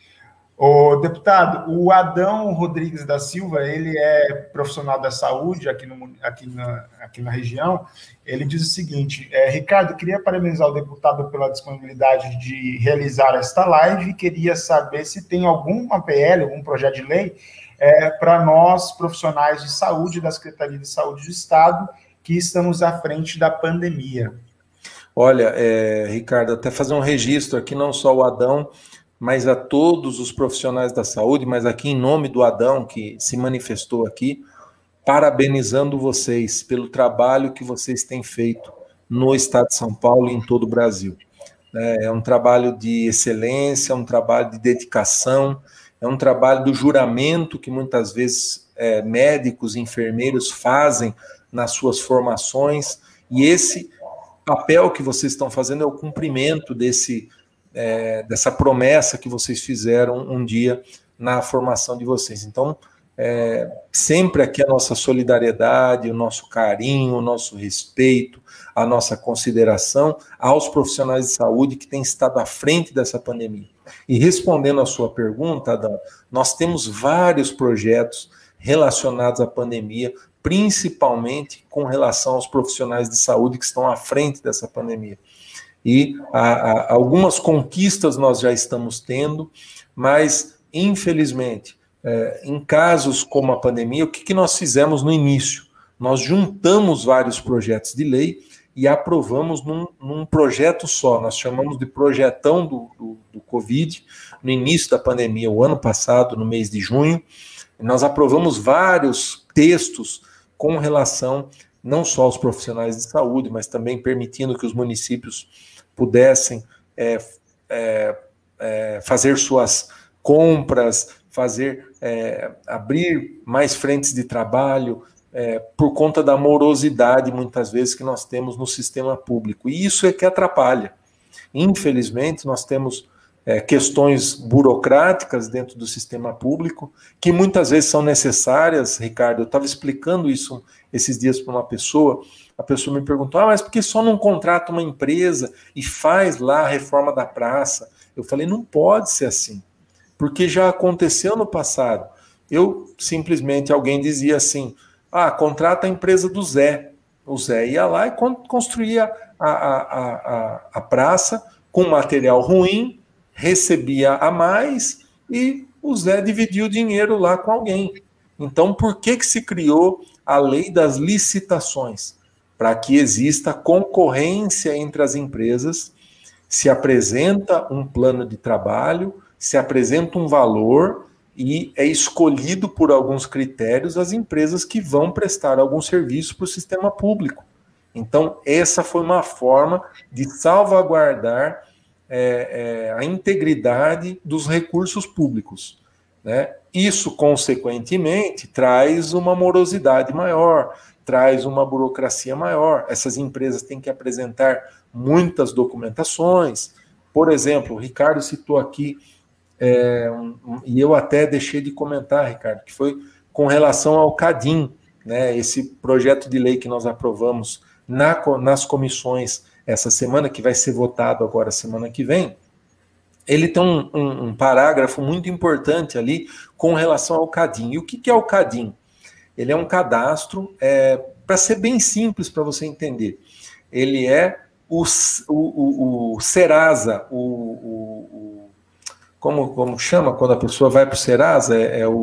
[SPEAKER 1] O deputado, o Adão Rodrigues da Silva, ele é profissional da saúde aqui na região. Ele diz o seguinte: Ricardo, queria parabenizar o deputado pela disponibilidade de realizar esta live e queria saber se tem alguma PL, algum projeto de lei, para nós, profissionais de saúde, da Secretaria de Saúde do Estado, que estamos à frente da pandemia.
[SPEAKER 2] Olha, Ricardo, até fazer um registro aqui, não só o Adão, mas a todos os profissionais da saúde, mas aqui em nome do Adão, que se manifestou aqui, parabenizando vocês pelo trabalho que vocês têm feito no estado de São Paulo e em todo o Brasil. É um trabalho de excelência, é um trabalho de dedicação, é um trabalho do juramento que muitas vezes médicos e enfermeiros fazem nas suas formações, e esse papel que vocês estão fazendo é o cumprimento dessa promessa que vocês fizeram um dia na formação de vocês. Então, sempre aqui a nossa solidariedade, o nosso carinho, o nosso respeito, a nossa consideração aos profissionais de saúde que têm estado à frente dessa pandemia. E respondendo à sua pergunta, Adão, nós temos vários projetos relacionados à pandemia, principalmente com relação aos profissionais de saúde que estão à frente dessa pandemia. E algumas conquistas nós já estamos tendo, mas, infelizmente, em casos como a pandemia, o que nós fizemos no início? Nós juntamos vários projetos de lei e aprovamos num projeto só. Nós chamamos de projetão do Covid, no início da pandemia, o ano passado, no mês de junho. Nós aprovamos vários textos com relação não só aos profissionais de saúde, mas também permitindo que os municípios pudessem fazer suas compras, abrir mais frentes de trabalho, por conta da morosidade, muitas vezes, que nós temos no sistema público. E isso é que atrapalha. Infelizmente, nós temos questões burocráticas dentro do sistema público, que muitas vezes são necessárias, Ricardo. Eu estava explicando isso esses dias para uma pessoa, a pessoa me perguntou, mas por que só não contrata uma empresa e faz lá a reforma da praça? Eu falei, não pode ser assim, porque já aconteceu no passado. Simplesmente, alguém dizia assim, contrata a empresa do Zé. O Zé ia lá e construía a praça com material ruim, recebia a mais e o Zé dividia o dinheiro lá com alguém. Então, por que se criou a lei das licitações? Para que exista concorrência entre as empresas, se apresenta um plano de trabalho, se apresenta um valor e é escolhido por alguns critérios as empresas que vão prestar algum serviço para o sistema público. Então, essa foi uma forma de salvaguardar a integridade dos recursos públicos, né? Isso, consequentemente, traz uma morosidade maior, traz uma burocracia maior. Essas empresas têm que apresentar muitas documentações. Por exemplo, o Ricardo citou aqui, e eu até deixei de comentar, Ricardo, que foi com relação ao CADIM, né? Esse projeto de lei que nós aprovamos nas comissões essa semana, que vai ser votado agora semana que vem. Ele tem um parágrafo muito importante ali com relação ao CADIM. E o que é o CADIM? Ele é um cadastro, para ser bem simples para você entender, ele é o Serasa, como chama quando a pessoa vai para o Serasa?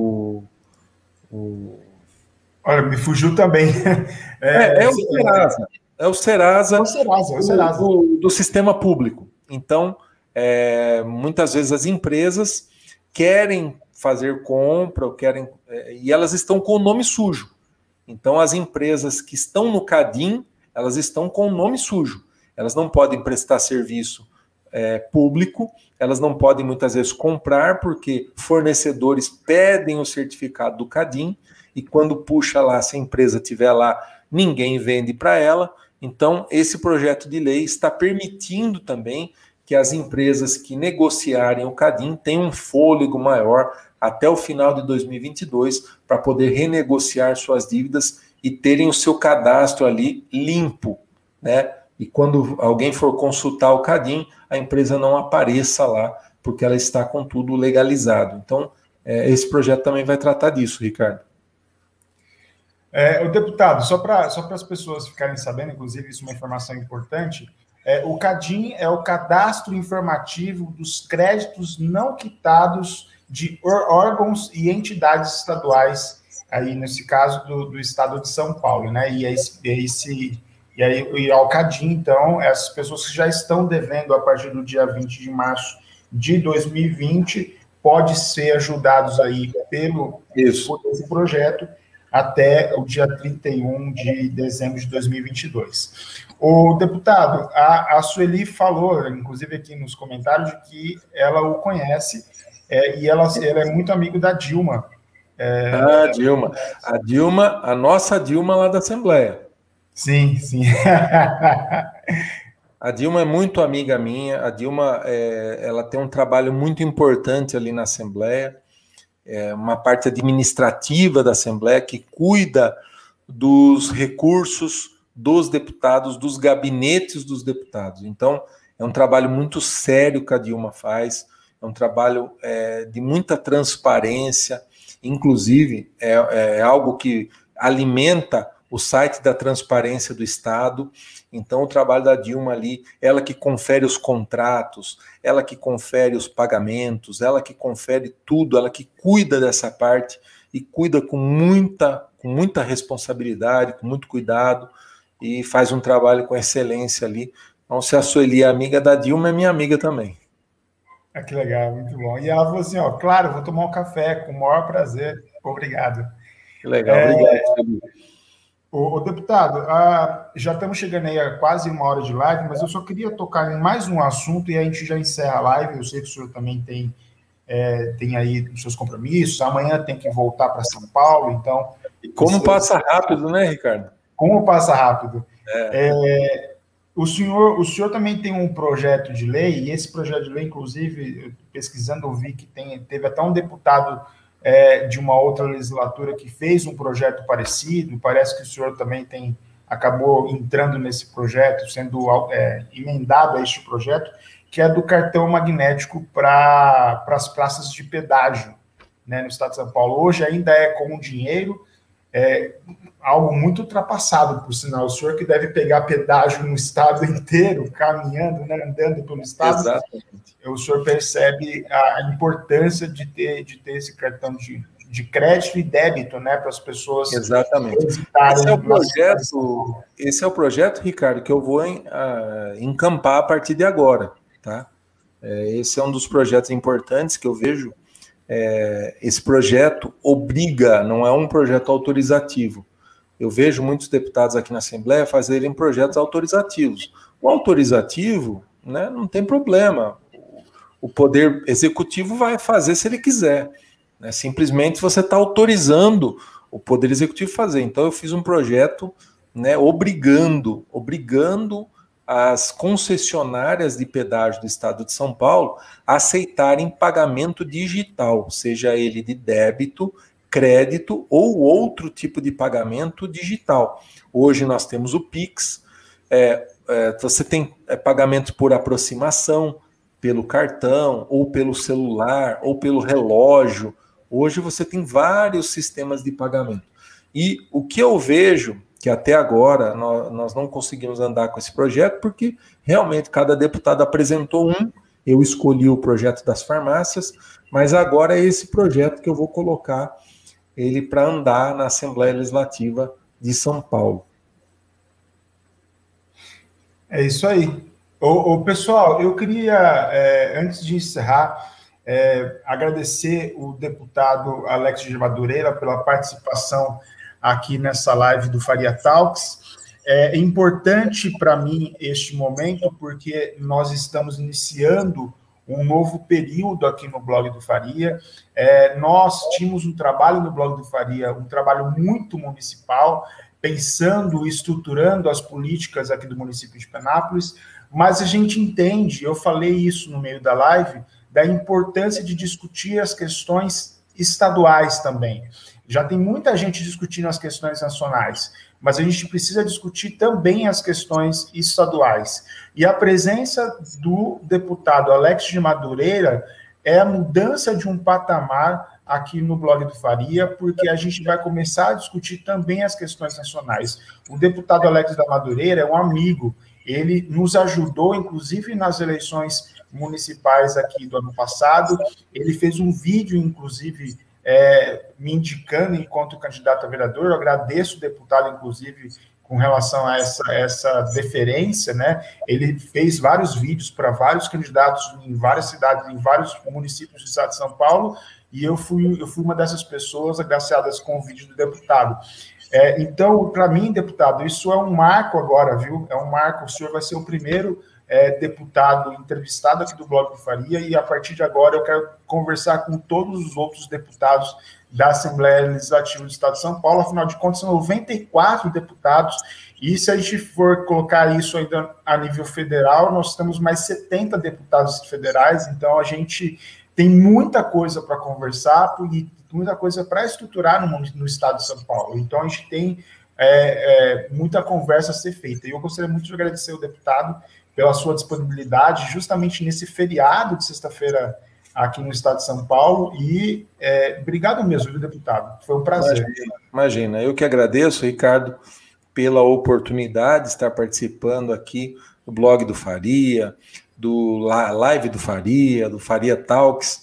[SPEAKER 1] Olha, me fugiu também.
[SPEAKER 2] O Serasa. É o Serasa, do sistema público. Então, muitas vezes as empresas querem fazer compra, e elas estão com o nome sujo. Então, as empresas que estão no CADIM, elas estão com o nome sujo. Elas não podem prestar serviço público, elas não podem muitas vezes comprar, porque fornecedores pedem o certificado do CADIM, e quando puxa lá, se a empresa estiver lá, ninguém vende para ela. Então, esse projeto de lei está permitindo também que as empresas que negociarem o CADIM tenham um fôlego maior até o final de 2022 para poder renegociar suas dívidas e terem o seu cadastro ali limpo, né? E quando alguém for consultar o CADIM, a empresa não apareça lá, porque ela está com tudo legalizado. Então, esse projeto também vai tratar disso, Ricardo.
[SPEAKER 1] O deputado, só para as pessoas ficarem sabendo, inclusive isso é uma informação importante, o CADIM é o Cadastro Informativo dos Créditos Não Quitados de órgãos e entidades estaduais, aí nesse caso do estado de São Paulo, né? E ao CADIM, então, essas pessoas que já estão devendo a partir do dia 20 de março de 2020, pode ser ajudados aí por esse projeto até o dia 31 de dezembro de 2022. O deputado, a Sueli falou, inclusive aqui nos comentários, de que ela o conhece e ela é muito amigo da Dilma.
[SPEAKER 2] Dilma, a nossa Dilma lá da Assembleia.
[SPEAKER 1] Sim, sim.
[SPEAKER 2] A Dilma é muito amiga minha, a Dilma ela tem um trabalho muito importante ali na Assembleia, uma parte administrativa da Assembleia que cuida dos recursos dos deputados, dos gabinetes dos deputados. Então, é um trabalho muito sério que a Dilma faz, é um trabalho de muita transparência, inclusive é algo que alimenta o site da transparência do Estado. Então, o trabalho da Dilma ali, ela que confere os contratos, ela que confere os pagamentos, ela que confere tudo, ela que cuida dessa parte e cuida com muita responsabilidade, com muito cuidado. e faz um trabalho com excelência ali. Então, se a Sueli é amiga da Dilma, é minha amiga também.
[SPEAKER 1] Que legal, muito bom. E ela falou assim, ó, claro, vou tomar um café, com o maior prazer, obrigado.
[SPEAKER 2] Que legal, obrigado, Sueli.
[SPEAKER 1] O deputado, já estamos chegando aí a quase 1 hora de live, mas eu só queria tocar em mais um assunto e a gente já encerra a live. Eu sei que o senhor também tem aí os seus compromissos, amanhã tem que voltar para São Paulo, então...
[SPEAKER 2] Como passa rápido, né, Ricardo?
[SPEAKER 1] Como passa rápido. O senhor também tem um projeto de lei, e esse projeto de lei, inclusive, pesquisando, eu vi que teve até um deputado de uma outra legislatura que fez um projeto parecido. Parece que o senhor também acabou entrando nesse projeto, sendo emendado a este projeto, que é do cartão magnético para as praças de pedágio, né, no estado de São Paulo. Hoje ainda é com dinheiro, algo muito ultrapassado, por sinal. O senhor que deve pegar pedágio no estado inteiro, caminhando, né, andando pelo estado.
[SPEAKER 2] Exatamente.
[SPEAKER 1] O senhor percebe a importância de ter esse cartão de crédito e débito, né, para as pessoas.
[SPEAKER 2] Exatamente. Esse é o projeto, Ricardo, que eu vou encampar a partir de agora, tá? Esse é um dos projetos importantes que eu vejo. Esse projeto obriga, não é um projeto autorizativo. Eu vejo muitos deputados aqui na Assembleia fazerem projetos autorizativos. O autorizativo, né, não tem problema. O Poder Executivo vai fazer se ele quiser. Né? Simplesmente você está autorizando o Poder Executivo a fazer. Então eu fiz um projeto, né, obrigando as concessionárias de pedágio do estado de São Paulo a aceitarem pagamento digital, seja ele de débito, crédito ou outro tipo de pagamento digital. Hoje nós temos o Pix, você tem pagamento por aproximação, pelo cartão, ou pelo celular, ou pelo relógio. Hoje você tem vários sistemas de pagamento. E o que eu vejo, que até agora nós não conseguimos andar com esse projeto, porque realmente cada deputado apresentou eu escolhi o projeto das farmácias, mas agora é esse projeto que eu vou colocar ele para andar na Assembleia Legislativa de São Paulo.
[SPEAKER 1] É isso aí. Pessoal, eu queria, antes de encerrar, agradecer o deputado Alex de Madureira pela participação aqui nessa live do Faria Talks. É importante para mim este momento, porque nós estamos iniciando um novo período aqui no Blog do Faria. Nós tínhamos um trabalho no Blog do Faria, um trabalho muito municipal, pensando e estruturando as políticas aqui do município de Penápolis, mas a gente entende, eu falei isso no meio da live, da importância de discutir as questões estaduais também. Já tem muita gente discutindo as questões nacionais, mas a gente precisa discutir também as questões estaduais. E a presença do deputado Alex de Madureira é a mudança de um patamar aqui no Blog do Faria, porque a gente vai começar a discutir também as questões nacionais. O deputado Alex da Madureira é um amigo, ele nos ajudou, inclusive, nas eleições municipais aqui do ano passado. Ele fez um vídeo, inclusive, me indicando enquanto candidato a vereador. Eu agradeço o deputado, inclusive, com relação a essa deferência, né? Ele fez vários vídeos para vários candidatos em várias cidades, em vários municípios do estado de São Paulo, e eu fui uma dessas pessoas agraciadas com o vídeo do deputado. Então, para mim, deputado, isso é um marco agora, viu? É um marco. O senhor vai ser o primeiro deputado entrevistado aqui do Blog do Faria, e a partir de agora eu quero conversar com todos os outros deputados da Assembleia Legislativa do Estado de São Paulo. Afinal de contas, são 94 deputados, e se a gente for colocar isso ainda a nível federal, nós temos mais 70 deputados federais, então a gente tem muita coisa para conversar e muita coisa para estruturar no Estado de São Paulo. Então a gente tem muita conversa a ser feita. E eu gostaria muito de agradecer ao deputado pela sua disponibilidade, justamente nesse feriado de sexta-feira aqui no estado de São Paulo, e obrigado mesmo, viu, deputado? Foi um prazer.
[SPEAKER 2] Imagina, eu que agradeço, Ricardo, pela oportunidade de estar participando aqui do Blog do Faria, do Live do Faria, do Faria Talks.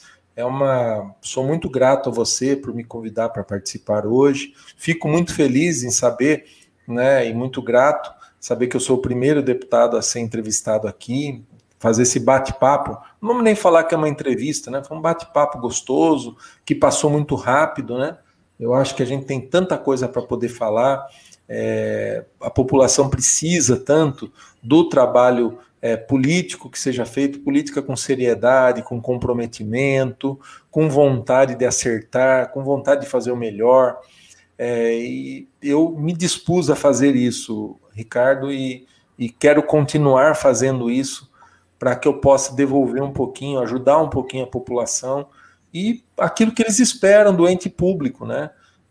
[SPEAKER 2] Sou muito grato a você por me convidar para participar hoje. Fico muito feliz em saber, né, e muito grato saber que eu sou o primeiro deputado a ser entrevistado aqui, fazer esse bate-papo. Não vamos nem falar que é uma entrevista, né? Foi um bate-papo gostoso, que passou muito rápido, né? Eu acho que a gente tem tanta coisa para poder falar, a população precisa tanto do trabalho político que seja feito, política com seriedade, com comprometimento, com vontade de acertar, com vontade de fazer o melhor. E eu me dispus a fazer isso, Ricardo, e quero continuar fazendo isso para que eu possa devolver um pouquinho, ajudar um pouquinho a população e aquilo que eles esperam do ente público, né?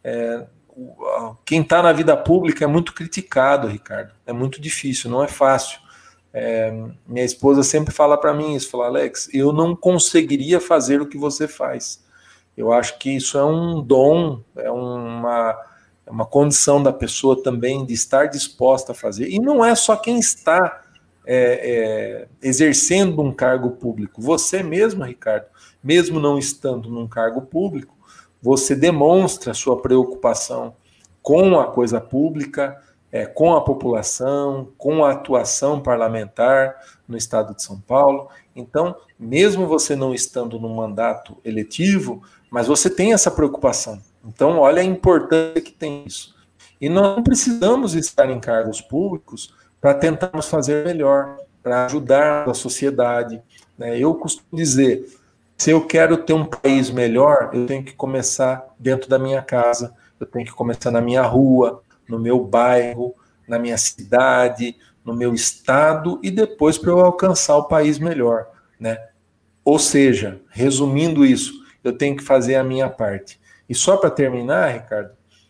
[SPEAKER 2] Quem está na vida pública é muito criticado, Ricardo, é muito difícil, não é fácil. Minha esposa sempre fala para mim isso, fala, Alex, eu não conseguiria fazer o que você faz. Eu acho que isso é um dom, é uma condição da pessoa também de estar disposta a fazer. E não é só quem está exercendo um cargo público. Você mesmo, Ricardo, mesmo não estando num cargo público, você demonstra sua preocupação com a coisa pública, com a população, com a atuação parlamentar no estado de São Paulo. Então, mesmo você não estando no mandato eletivo, mas você tem essa preocupação. Então, olha a importância que tem isso. E nós não precisamos estar em cargos públicos para tentarmos fazer melhor, para ajudar a sociedade. Eu costumo dizer, se eu quero ter um país melhor, eu tenho que começar dentro da minha casa, eu tenho que começar na minha rua, no meu bairro, na minha cidade, no meu estado, e depois para eu alcançar o país melhor, né? Ou seja, resumindo isso, eu tenho que fazer a minha parte. E só para terminar, Ricardo,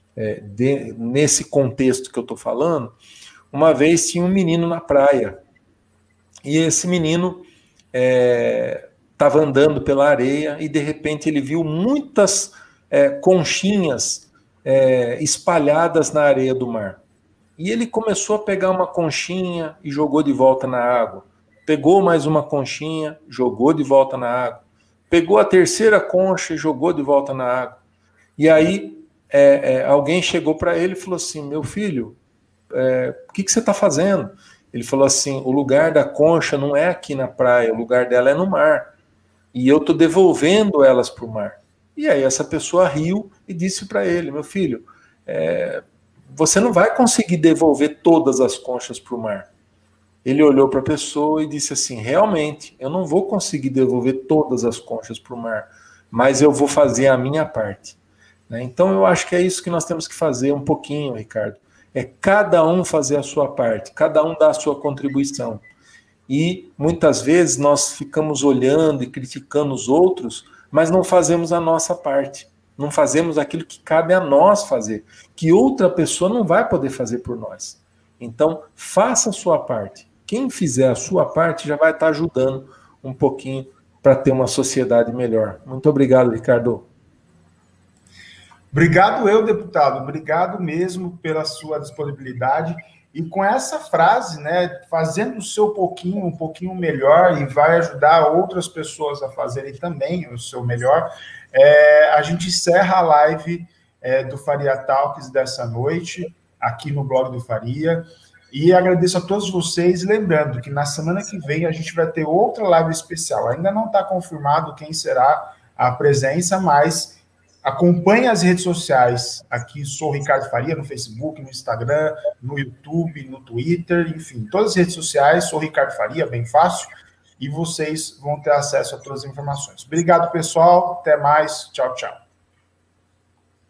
[SPEAKER 2] nesse contexto que eu estou falando, uma vez tinha um menino na praia, e esse menino estava andando pela areia e de repente ele viu muitas conchinhas espalhadas na areia do mar. E ele começou a pegar uma conchinha e jogou de volta na água. Pegou mais uma conchinha, jogou de volta na água. Pegou a terceira concha e jogou de volta na água. E aí alguém chegou para ele e falou assim, meu filho, o que você está fazendo? Ele falou assim, o lugar da concha não é aqui na praia, o lugar dela é no mar. E eu estou devolvendo elas para o mar. E aí essa pessoa riu e disse para ele, meu filho, você não vai conseguir devolver todas as conchas para o mar. Ele olhou para a pessoa e disse assim, realmente, eu não vou conseguir devolver todas as conchas para o mar, mas eu vou fazer a minha parte. Então eu acho que é isso que nós temos que fazer um pouquinho, Ricardo. É cada um fazer a sua parte, cada um dar a sua contribuição. E muitas vezes nós ficamos olhando e criticando os outros, mas não fazemos a nossa parte. Não fazemos aquilo que cabe a nós fazer, que outra pessoa não vai poder fazer por nós. Então, faça a sua parte. Quem fizer a sua parte já vai estar ajudando um pouquinho para ter uma sociedade melhor. Muito obrigado, Ricardo.
[SPEAKER 1] Obrigado deputado. Obrigado mesmo pela sua disponibilidade. E com essa frase, né, fazendo o seu pouquinho, um pouquinho melhor, e vai ajudar outras pessoas a fazerem também o seu melhor, a gente encerra a live do Faria Talks dessa noite, aqui no blog do Faria, e agradeço a todos vocês, lembrando que na semana que vem a gente vai ter outra live especial. Ainda não está confirmado quem será a presença, mas acompanhe as redes sociais. Aqui sou o Ricardo Faria, no Facebook, no Instagram, no YouTube, no Twitter, enfim, todas as redes sociais, sou o Ricardo Faria, bem fácil, e vocês vão ter acesso a todas as informações. Obrigado, pessoal. Até mais. Tchau, tchau.